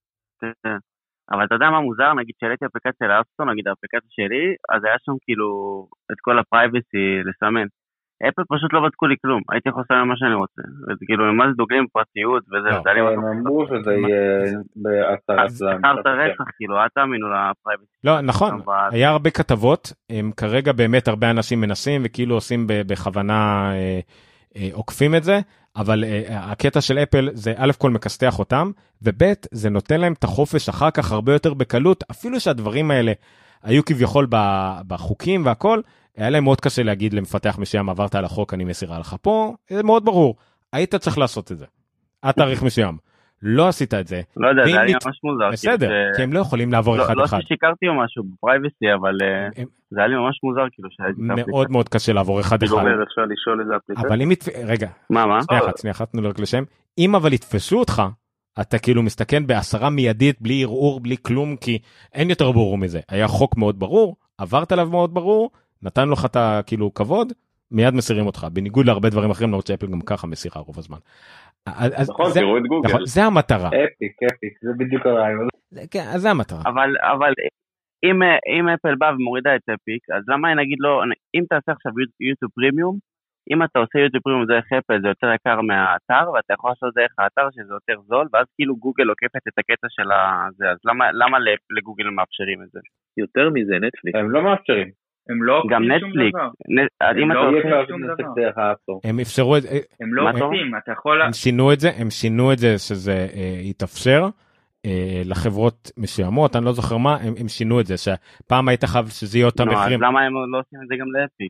אבל אתה יודע מה מוזר, נגיד שהעליתי אפליקציה לאפסטור, נגיד האפליקציה שלי, אז היה שם כאילו את כל הפרייבסי לסמן. אפל פשוט לא בדקו לי כלום, הייתי יכול לסמן מה שאני רוצה. וזה כאילו, מה זה דוגלים פרטיות וזה, וזה היה לי הם אמרו שזה יהיה בהצהרת שלהם. הצהרת רצח, כאילו, אל תאמינו לפרייבסי. לא, נכון, היה הרבה כתבות, הם כרגע באמת הרבה אנשים מנסים, וכאילו עושים בכוונה עוקפים את זה, אבל uh, הקטע של אפל זה א' כל מקסתח אותם, וב' זה נותן להם את החופש אחר כך הרבה יותר בקלות, אפילו שהדברים האלה היו כביכול בחוקים והכל, היה להם מאוד קשה להגיד למפתח מסוים, עברת על החוק, אני מסירה לך פה, זה מאוד ברור, היית צריך לעשות את זה, עד תאריך מסוים, לא עשית את זה. לא יודע, זה היה ממש מוזר. בסדר, כי הם לא יכולים לעבור אחד אחד. לא ששיקרתי או משהו בפרייבסי, אבל זה היה לי ממש מוזר, כאילו שהייתי... מאוד מאוד קשה לעבור אחד אחד. אפשר לשאול איזה אפליקציה. אבל אם... רגע. מה, מה? שנייה אחת, שנייה אחת, תנו לי רק לשם. אם אבל יתפסו אותך, אתה כאילו מסתכן בעשרה מיידית, בלי ערעור, בלי כלום, כי אין יותר ברור מזה. היה חוק מאוד ברור, עברת עליו מאוד ברור, נתן לך את הכאילו כבוד, מיד מסירים אותך. בניגוד להרבה דברים אחרים, למרות שאפל גם ככה מסירה רוב הזמן. נכון, תראו את גוגל. זה המטרה. אפיק, אפיק, זה בדיוק הרעיון. כן, אז זה המטרה. אבל אם אפל בא ומורידה את אפיק, אז למה נגיד לו, אם תעשה עכשיו יוטיוב פרימיום, אם אתה עושה יוטיוב פרימיום דרך אפל, זה יותר יקר מהאתר, ואתה יכול לעשות דרך האתר שזה יותר זול, ואז כאילו גוגל לוקפת את הקטע של זה, אז למה לגוגל מאפשרים את זה? יותר מזה, נטפליקס. הם לא מאפשרים. הם לא גם נטפליקס, הם לא עושים שום דבר. הם אפשרו את זה, הם לא עושים, אתה יכול... הם שינו את זה, הם שינו את זה שזה יתאפשר לחברות מסוימות, אני לא זוכר מה, הם שינו את זה, שפעם היית חייב שזה יהיה אותם מחירים. למה הם לא עושים את זה גם לאפיק?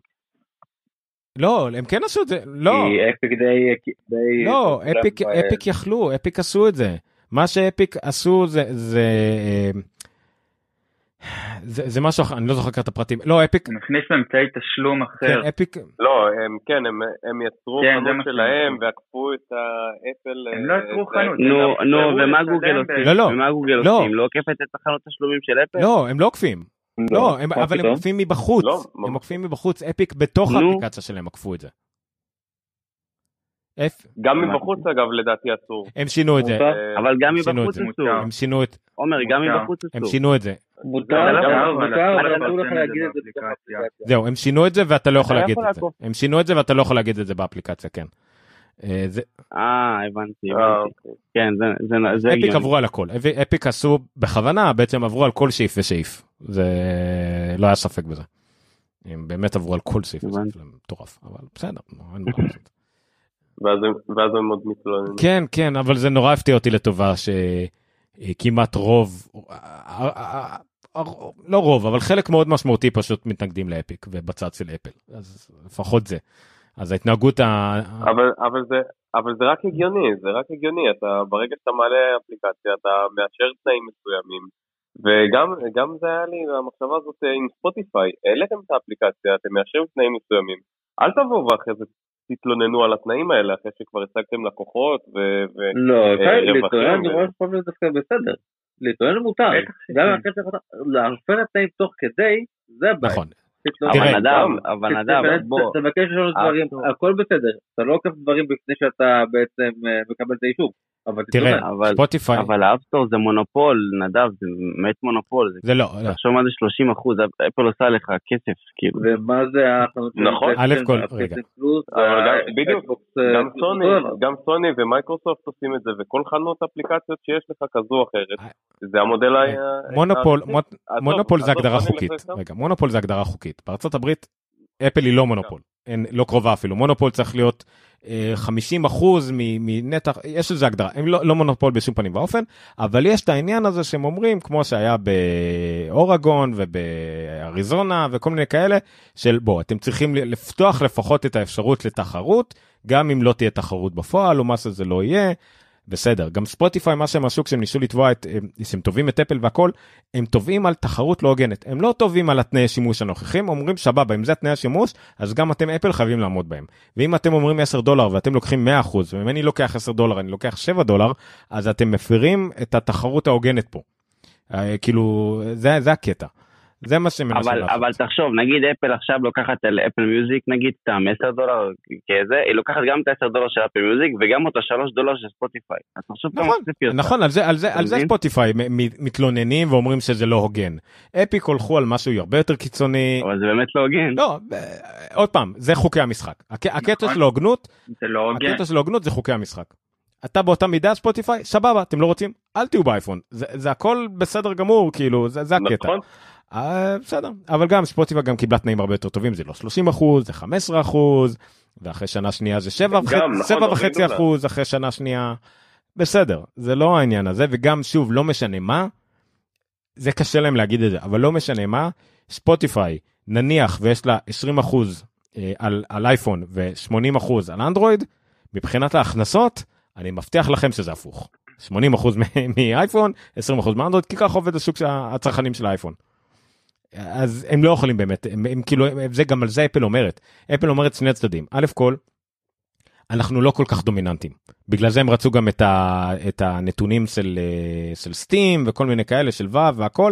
לא, הם כן עשו את זה, לא. כי אפיק די... לא, אפיק יכלו, אפיק עשו את זה. מה שאפיק עשו זה... זה, זה משהו אחר, אני לא זוכר את הפרטים. לא, אפיק... הם הכניסו אמצעי תשלום אחר. כן, אפיק... לא, הם, כן, הם, הם יצרו כן, חנות שלהם, ועקפו את האפל... הם לא יצרו חנות. נו, נו, ומה גוגל עושים? לא, לא. ומה גוגל לא. עושים? לא עוקפת את החנות תשלומים של אפל? לא, הם לא עוקפים. לא, הם, אבל הם פתאום? עוקפים מבחוץ. לא, הם עוקפים מבחוץ. אפיק בתוך נו. האפליקציה שלהם עקפו את זה. אפ... גם מבחוץ, אגב, לדעתי אסור. הם שינו את זה. אבל גם הם שינו את מבחוץ זה. אסור. הם שינו את... עומר, גם מותר. מבחוץ הם אסור. שינו את זה. מותר, לא, מותר, אבל אבל אסור לך לפרסם להגיד את את זה זה בתוך באפליקציה. האפליקציה. זהו, הם שינו את זה ואתה לא יכול אתה לא להגיד יכול את זה. לעקוף. הם שינו את זה ואתה לא יכול להגיד את זה באפליקציה, כן. אה, זה... אה, הבנתי, אה, הבנתי. אוקיי. כן, זה, זה, זה אפיק הגיוני. עברו על הכל. אפ- אפיק עשו בכוונה, בעצם עברו על כל סעיף וסעיף. זה לא היה ספק בזה. הם באמת עברו על כל סעיף וסעיף. זה מטורף, אבל בסדר, אין מה לעשות. ואז הם- ואז הם עוד מתלוננים. כן, כן, אבל זה נורא הפתיע אותי לטובה שכמעט רוב, לא רוב, אבל חלק מאוד משמעותי פשוט מתנגדים לאפיק ובצד של אפל. אז לפחות זה. אז ההתנהגות ה... אבל, אבל, זה, אבל זה רק הגיוני, זה רק הגיוני, אתה, ברגע שאתה מעלה אפליקציה, אתה מאשר תנאים מסוימים, וגם גם זה היה לי, המחשבה הזאת עם ספוטיפיי, העליתם את האפליקציה, אתם מאשרים תנאים מסוימים, אל תבואו ואחרי זה תתלוננו על התנאים האלה, אחרי שכבר הצגתם לקוחות ו... ו לא, אה, די, רווחים להתלונן אני ו- רואה שכל זה דווקא בסדר. להתלונן מותר. בטח שכן. גם אחרי שאתה... להרפן התנאים תוך כדי, זה הבעיה. נכון. תתלונן. אבל תראה, נדב, גם- אבל נדב, בוא. תבקש לשאול אה, דברים, טוב. הכל בסדר. אתה לא עוקף דברים לפני שאתה בעצם אה, מקבל את האישור. אבל תראה, תתלונן. אבל- ספוטיפיי, אבל האפסטור זה מונופול, נדב, זה באמת מונופול. זה- זה לא, לא. תחשוב מה זה שלושים אחוז, אפל עושה לך כסף, כאילו. ומה זה החנות של נכון. פלייסטיישן, א' כל, הפלייסטיישן רגע. פלוס, אבל גם- וה- בדיוק, האקסבוקס, אה, גם פלוס סוני, אותו דבר. גם סוני ומייקרוסופט עושים את זה, וכל חנות אפליקציות שיש לך כזו או אחרת, אה, זה המודל ה... מונופול, ה- מונ- עזוב, מונופול זה עזוב, הגדרה סוני חוקית. נכנסה. רגע, מונופול זה הגדרה חוקית. בארצות הברית, אפל היא לא מונופול. אין, לא קרובה אפילו. מונופול צריך להיות אה, חמישים אחוז מ- מנתח, יש לזה הגדרה. הם לא, לא מונופול בשום פנים ואופן, אבל יש את העניין הזה שהם אומרים, כמו שהיה באורגון ובאריזונה וכל מיני כאלה, של בוא, אתם צריכים לפתוח לפחות את האפשרות לתחרות, גם אם לא תהיה תחרות בפועל, או מה שזה לא יהיה, בסדר. גם ספוטיפיי, מה שהם עשו כשהם ניסו לתבוע את, הם תובעים את אפל והכל, הם תובעים על תחרות לא הוגנת. הם לא תובעים על התנאי שימוש הנוכחים, אומרים שבבה, אם זה התנאי השימוש, אז גם אתם אפל חייבים לעמוד בהם. ואם אתם אומרים עשרה דולר ואתם לוקחים מאה אחוז, ואם אני לוקח עשרה דולר, אני לוקח שבעה דולר, אז אתם מפרים את התחרות ההוגנת פה. כאילו, זה, זה הקטע. זה מה שהם מנסים אבל, לעשות. אבל תחשוב, נגיד אפל עכשיו לוקחת על אפל מיוזיק, נגיד סתם עשרה דולר כזה, היא לוקחת גם את ה-עשרה דולר של אפל מיוזיק, וגם אותו שלושה דולר של ספוטיפיי. אז תחשוב כמה נכון, כסף היא עושה. נכון, על זה, על זה, על זה מבין? ספוטיפיי מ- מ- מתלוננים ואומרים שזה לא הוגן. אפיק הולכו על משהו הרבה יותר קיצוני. אבל זה באמת לא הוגן. לא, אה, עוד פעם, זה חוקי המשחק. הק- הקטע נכון. של ההוגנות, זה לא הוגן. הקטע של ההוגנות זה חוקי המשחק. אתה באותה מידה ספוטיפיי, סבבה, אתם לא רוצים, אל תהיו באייפון. זה, זה הכל בסדר גמור, כאילו, זה, זה הקטע. נכון. אה, בסדר, אבל גם ספוטיפיי גם קיבלה תנאים הרבה יותר טובים, זה לא שלושים אחוז, זה חמישה עשר אחוז, ואחרי שנה שנייה זה שבע נכון, וחצי הורידו אחוז, אחרי שנה שנייה, בסדר, זה לא העניין הזה, וגם שוב, לא משנה מה, זה קשה להם להגיד את זה, אבל לא משנה מה, ספוטיפיי, נניח ויש לה עשרים אחוז אה, על, על אייפון ו-שמונים אחוז על אנדרואיד, מבחינת ההכנסות, אני מבטיח לכם שזה הפוך. שמונים אחוז מאייפון, עשרים אחוז מאנדרואיד, כי כך עובד השוק של הצרכנים של האייפון. אז הם לא יכולים באמת, הם, הם כאילו, זה גם על זה אפל אומרת. אפל אומרת שני צדדים. א' כל, אנחנו לא כל כך דומיננטים. בגלל זה הם רצו גם את, ה, את הנתונים של, של סטים וכל מיני כאלה, של וו והכל.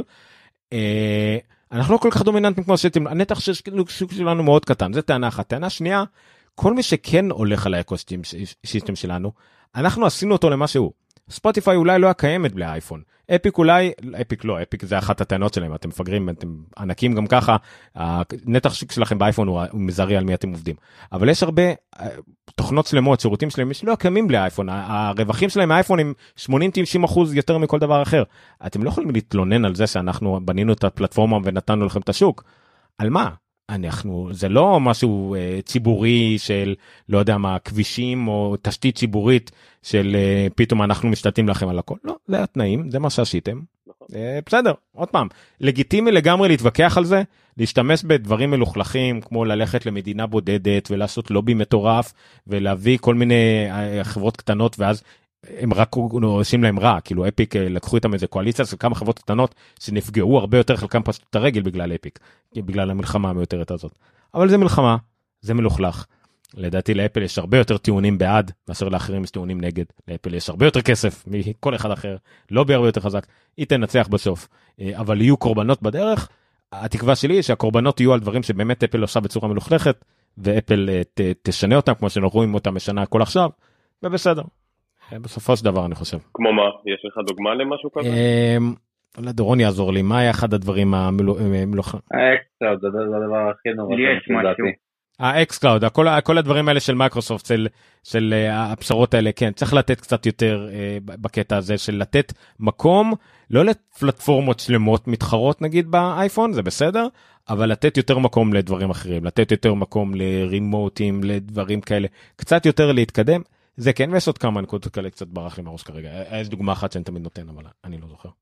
אנחנו לא כל כך דומיננטים כמו שאתם, הנתח של שוק שלנו מאוד קטן, זה טענה אחת. טענה שנייה, כל מי שכן הולך על האקוסיסטם שלנו, אנחנו עשינו אותו למה שהוא. ספוטיפיי אולי לא היה קיימת בלי האייפון. אפיק אולי, אפיק לא, אפיק זה אחת הטענות שלהם, אתם מפגרים, אתם ענקים גם ככה, הנתח שוק שלכם באייפון הוא, הוא מזערי על מי אתם עובדים. אבל יש הרבה תוכנות שלמות, שירותים שלהם, שלא קיימים בלי האייפון, הרווחים שלהם מהאייפון הם שמונים תשעים אחוז יותר מכל דבר אחר. אתם לא יכולים להתלונן על זה שאנחנו בנינו את הפלטפורמה ונתנו לכם את השוק. על מה? אנחנו, זה לא משהו אה, ציבורי של, לא יודע מה, כבישים או תשתית ציבורית של אה, פתאום אנחנו משתתים לכם על הכל. לא, זה התנאים, זה מה שעשיתם. אה, בסדר, עוד פעם, לגיטימי לגמרי להתווכח על זה, להשתמש בדברים מלוכלכים, כמו ללכת למדינה בודדת ולעשות לובי מטורף, ולהביא כל מיני אה, חברות קטנות, ואז הם רק עושים להם רע, כאילו אפיק לקחו איתם איזה קואליציה של כמה חברות קטנות שנפגעו הרבה יותר, חלקם פשוט את הרגל בגלל אפיק, בגלל המלחמה המיותרת הזאת. אבל זה מלחמה, זה מלוכלך. לדעתי לאפל יש הרבה יותר טיעונים בעד, מאשר לאחרים יש טיעונים נגד. לאפל יש הרבה יותר כסף מכל אחד אחר, לא בהרבה יותר חזק, היא תנצח בסוף. אבל יהיו קורבנות בדרך, התקווה שלי היא שהקורבנות יהיו על דברים שבאמת אפל עושה בצורה מלוכלכת, ואפל ת, תשנה אותם כמו שאנחנו רואים אותם משנה הכל עכשיו, ובסדר. בסופו של דבר אני חושב. כמו מה? יש לך דוגמה למשהו כזה? לדורון יעזור לי, מה היה אחד הדברים המלוכלכים? האקסקלאוד, זה הדבר הכי נורא. האקסקלאוד, כל הדברים האלה של מייקרוסופט, של הפשרות האלה, כן, צריך לתת קצת יותר בקטע הזה, של לתת מקום, לא לפלטפורמות שלמות מתחרות נגיד באייפון, זה בסדר, אבל לתת יותר מקום לדברים אחרים, לתת יותר מקום לרימוטים, לדברים כאלה, קצת יותר להתקדם, זה כן, ויש עוד כמה נקודות כאלה קצת ברח לי מהראש כרגע, יש דוגמה אחת שאני תמיד נותן, אבל אני לא זוכר.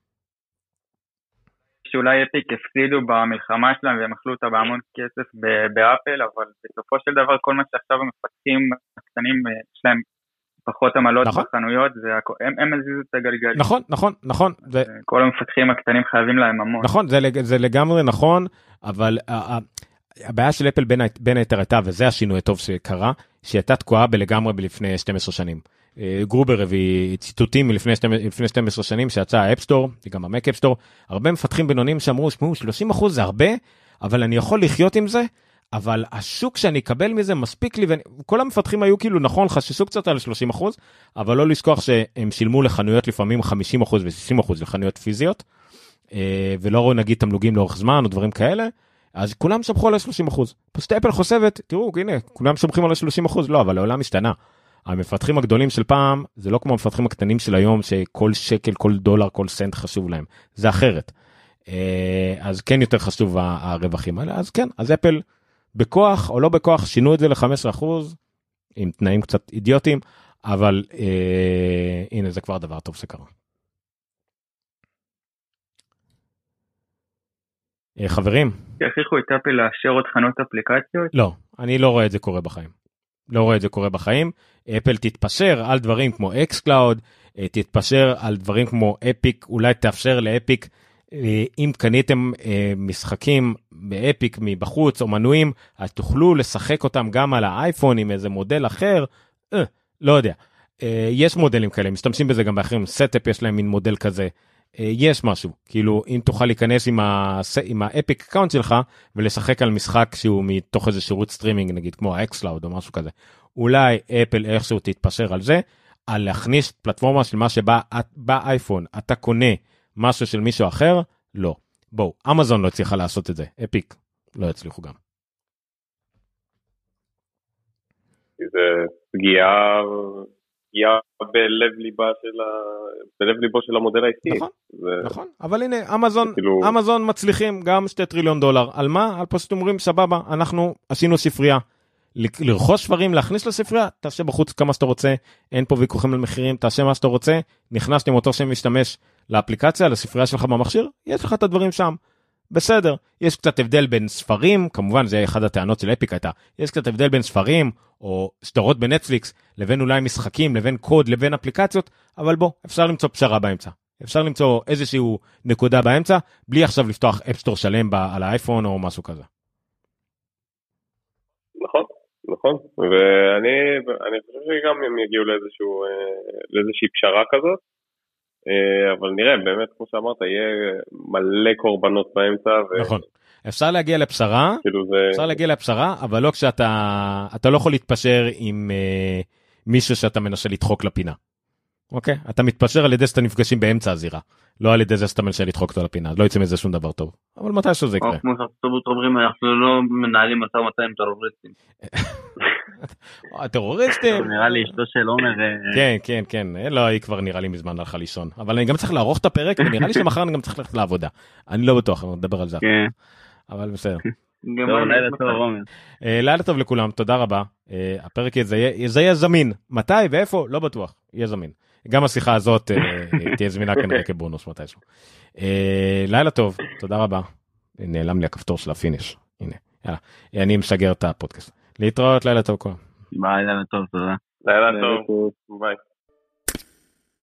שאולי אפיק הפסידו במלחמה שלהם והם אכלו אותה בהמון כסף באפל, אבל בסופו של דבר כל מה שעכשיו המפתחים הקטנים שלהם פחות עמלות נכון. בחנויות, זה, הם, הם הזיזו את הגלגל. נכון, נכון, נכון. זה... כל המפתחים הקטנים חייבים להם המון. נכון, זה, זה לגמרי נכון, אבל הבעיה של אפל בין, בין היתר הייתה, וזה השינוי הטוב שקרה, שהיא הייתה תקועה בלגמרי בלפני שתים עשרה שנים. גרובר הביא ציטוטים מלפני שתים עשרה שנים שיצא האפסטור, וגם המק אפסטור, הרבה מפתחים בינוניים שאמרו, שמעו, שלושים אחוז זה הרבה, אבל אני יכול לחיות עם זה, אבל השוק שאני אקבל מזה מספיק לי, וכל המפתחים היו כאילו נכון, חששו קצת על שלושים אחוז, אבל לא לשכוח שהם שילמו לחנויות לפעמים חמישים אחוז ו-שישים אחוז לחנויות פיזיות, ולא נגיד תמלוגים לאורך זמן או דברים כאלה, אז כולם שמחו על ה-שלושים אחוז. פשוט אפל חושבת, תראו, הנה, כולם שמחים על ה-שלושים אחוז, לא, אבל העולם השתנה. המפתחים הגדולים של פעם, זה לא כמו המפתחים הקטנים של היום, שכל שקל, כל דולר, כל סנט חשוב להם. זה אחרת. אז כן יותר חשוב הרווחים האלה. אז כן, אז אפל בכוח או לא בכוח, שינו את זה ל-חמישה עשר אחוז, עם תנאים קצת אידיוטיים, אבל אה, הנה זה כבר דבר טוב שקרה. אה, חברים. יכריחו את אפל לאשר עוד חנות אפליקציות? לא, אני לא רואה את זה קורה בחיים. לא רואה את זה קורה בחיים. אפל תתפשר על דברים כמו אקסקלאוד, תתפשר על דברים כמו אפיק, אולי תאפשר לאפיק, אם קניתם משחקים באפיק מבחוץ או מנויים, אז תוכלו לשחק אותם גם על האייפון עם איזה מודל אחר, אה, לא יודע. יש מודלים כאלה, משתמשים בזה גם באחרים, סטאפ יש להם מין מודל כזה, יש משהו, כאילו אם תוכל להיכנס עם, ה... עם האפיק אקאונט שלך ולשחק על משחק שהוא מתוך איזה שירות סטרימינג נגיד כמו האקסקלאוד או משהו כזה, אולי אפל איכשהו תתפשר על זה, על להכניס פלטפורמה של מה שבא באייפון, אתה קונה משהו של מישהו אחר, לא. בואו, אמזון לא הצליחה לעשות את זה, אפיק לא יצליחו גם. זה פגיעה... פגיעה בלב ליבה של ה... בלב ליבו של המודל העסקי. נכון, זה... נכון. אבל הנה, אמזון, כאילו... אמזון מצליחים גם שתי טריליון דולר. על מה? על פשוט אומרים, סבבה, אנחנו עשינו ספרייה. ל- לרכוש ספרים, להכניס לספרייה, תעשה בחוץ כמה שאתה רוצה, אין פה ויכוחים על מחירים, תעשה מה שאתה רוצה, נכנס עם אותו שמשתמש לאפליקציה, לספרייה שלך במכשיר, יש לך את הדברים שם. בסדר, יש קצת הבדל בין ספרים, כמובן זה אחד הטענות של אפיק הייתה, יש קצת הבדל בין ספרים או סדרות בנטפליקס, לבין אולי משחקים, לבין קוד, לבין אפליקציות, אבל בוא, אפשר למצוא פשרה באמצע. אפשר למצוא איזשהו נקודה באמצע, בלי עכשיו לפתוח אפסטור שלם על האייפון או משהו כזה. נכון, נכון, ואני אני חושב שגם הם יגיעו לאיזשהו, לאיזושהי פשרה כזאת, אבל נראה, באמת, כמו שאמרת, יהיה מלא קורבנות באמצע. ו... נכון. אפשר להגיע לפשרה, זה... אפשר להגיע לפשרה, אבל לא כשאתה, אתה לא יכול להתפשר עם אה, מישהו שאתה מנסה לדחוק לפינה. אוקיי? אתה מתפשר על ידי שאתה נפגשים באמצע הזירה, לא על ידי זה שאתה מנסה לדחוק אותו לפינה, לא יצא מזה שום דבר טוב. אבל מתי שזה יקרה? כמו שארצות אומרים, אנחנו לא מנהלים משא ומתן עם טרוריסטים. הטרוריסטים? נראה לי אשתו של עומר. כן, כן, כן. לא, היא כבר נראה לי מזמן הלכה לישון. אבל אני גם צריך לערוך את הפרק, ונראה לי שמחר אני גם צריך ללכת לעבודה. אני לא בטוח, אני מדבר על זה. כן. אבל בסדר. לילה טוב, עומר. לילה טוב לכולם, תודה רבה. הפרק יהיה זמין. מתי ואיפה? לא בטוח. יהיה זמין. גם השיחה הזאת תהיה זמינה כנראה כבונוס מתישהו. לילה טוב, תודה רבה. נעלם לי הכפתור של הפיניש. הנה, יאללה. אני משגר את הפודקאסט. להתראות, לילה טוב. ביי, לילה טוב, תודה. לילה טוב, ביי.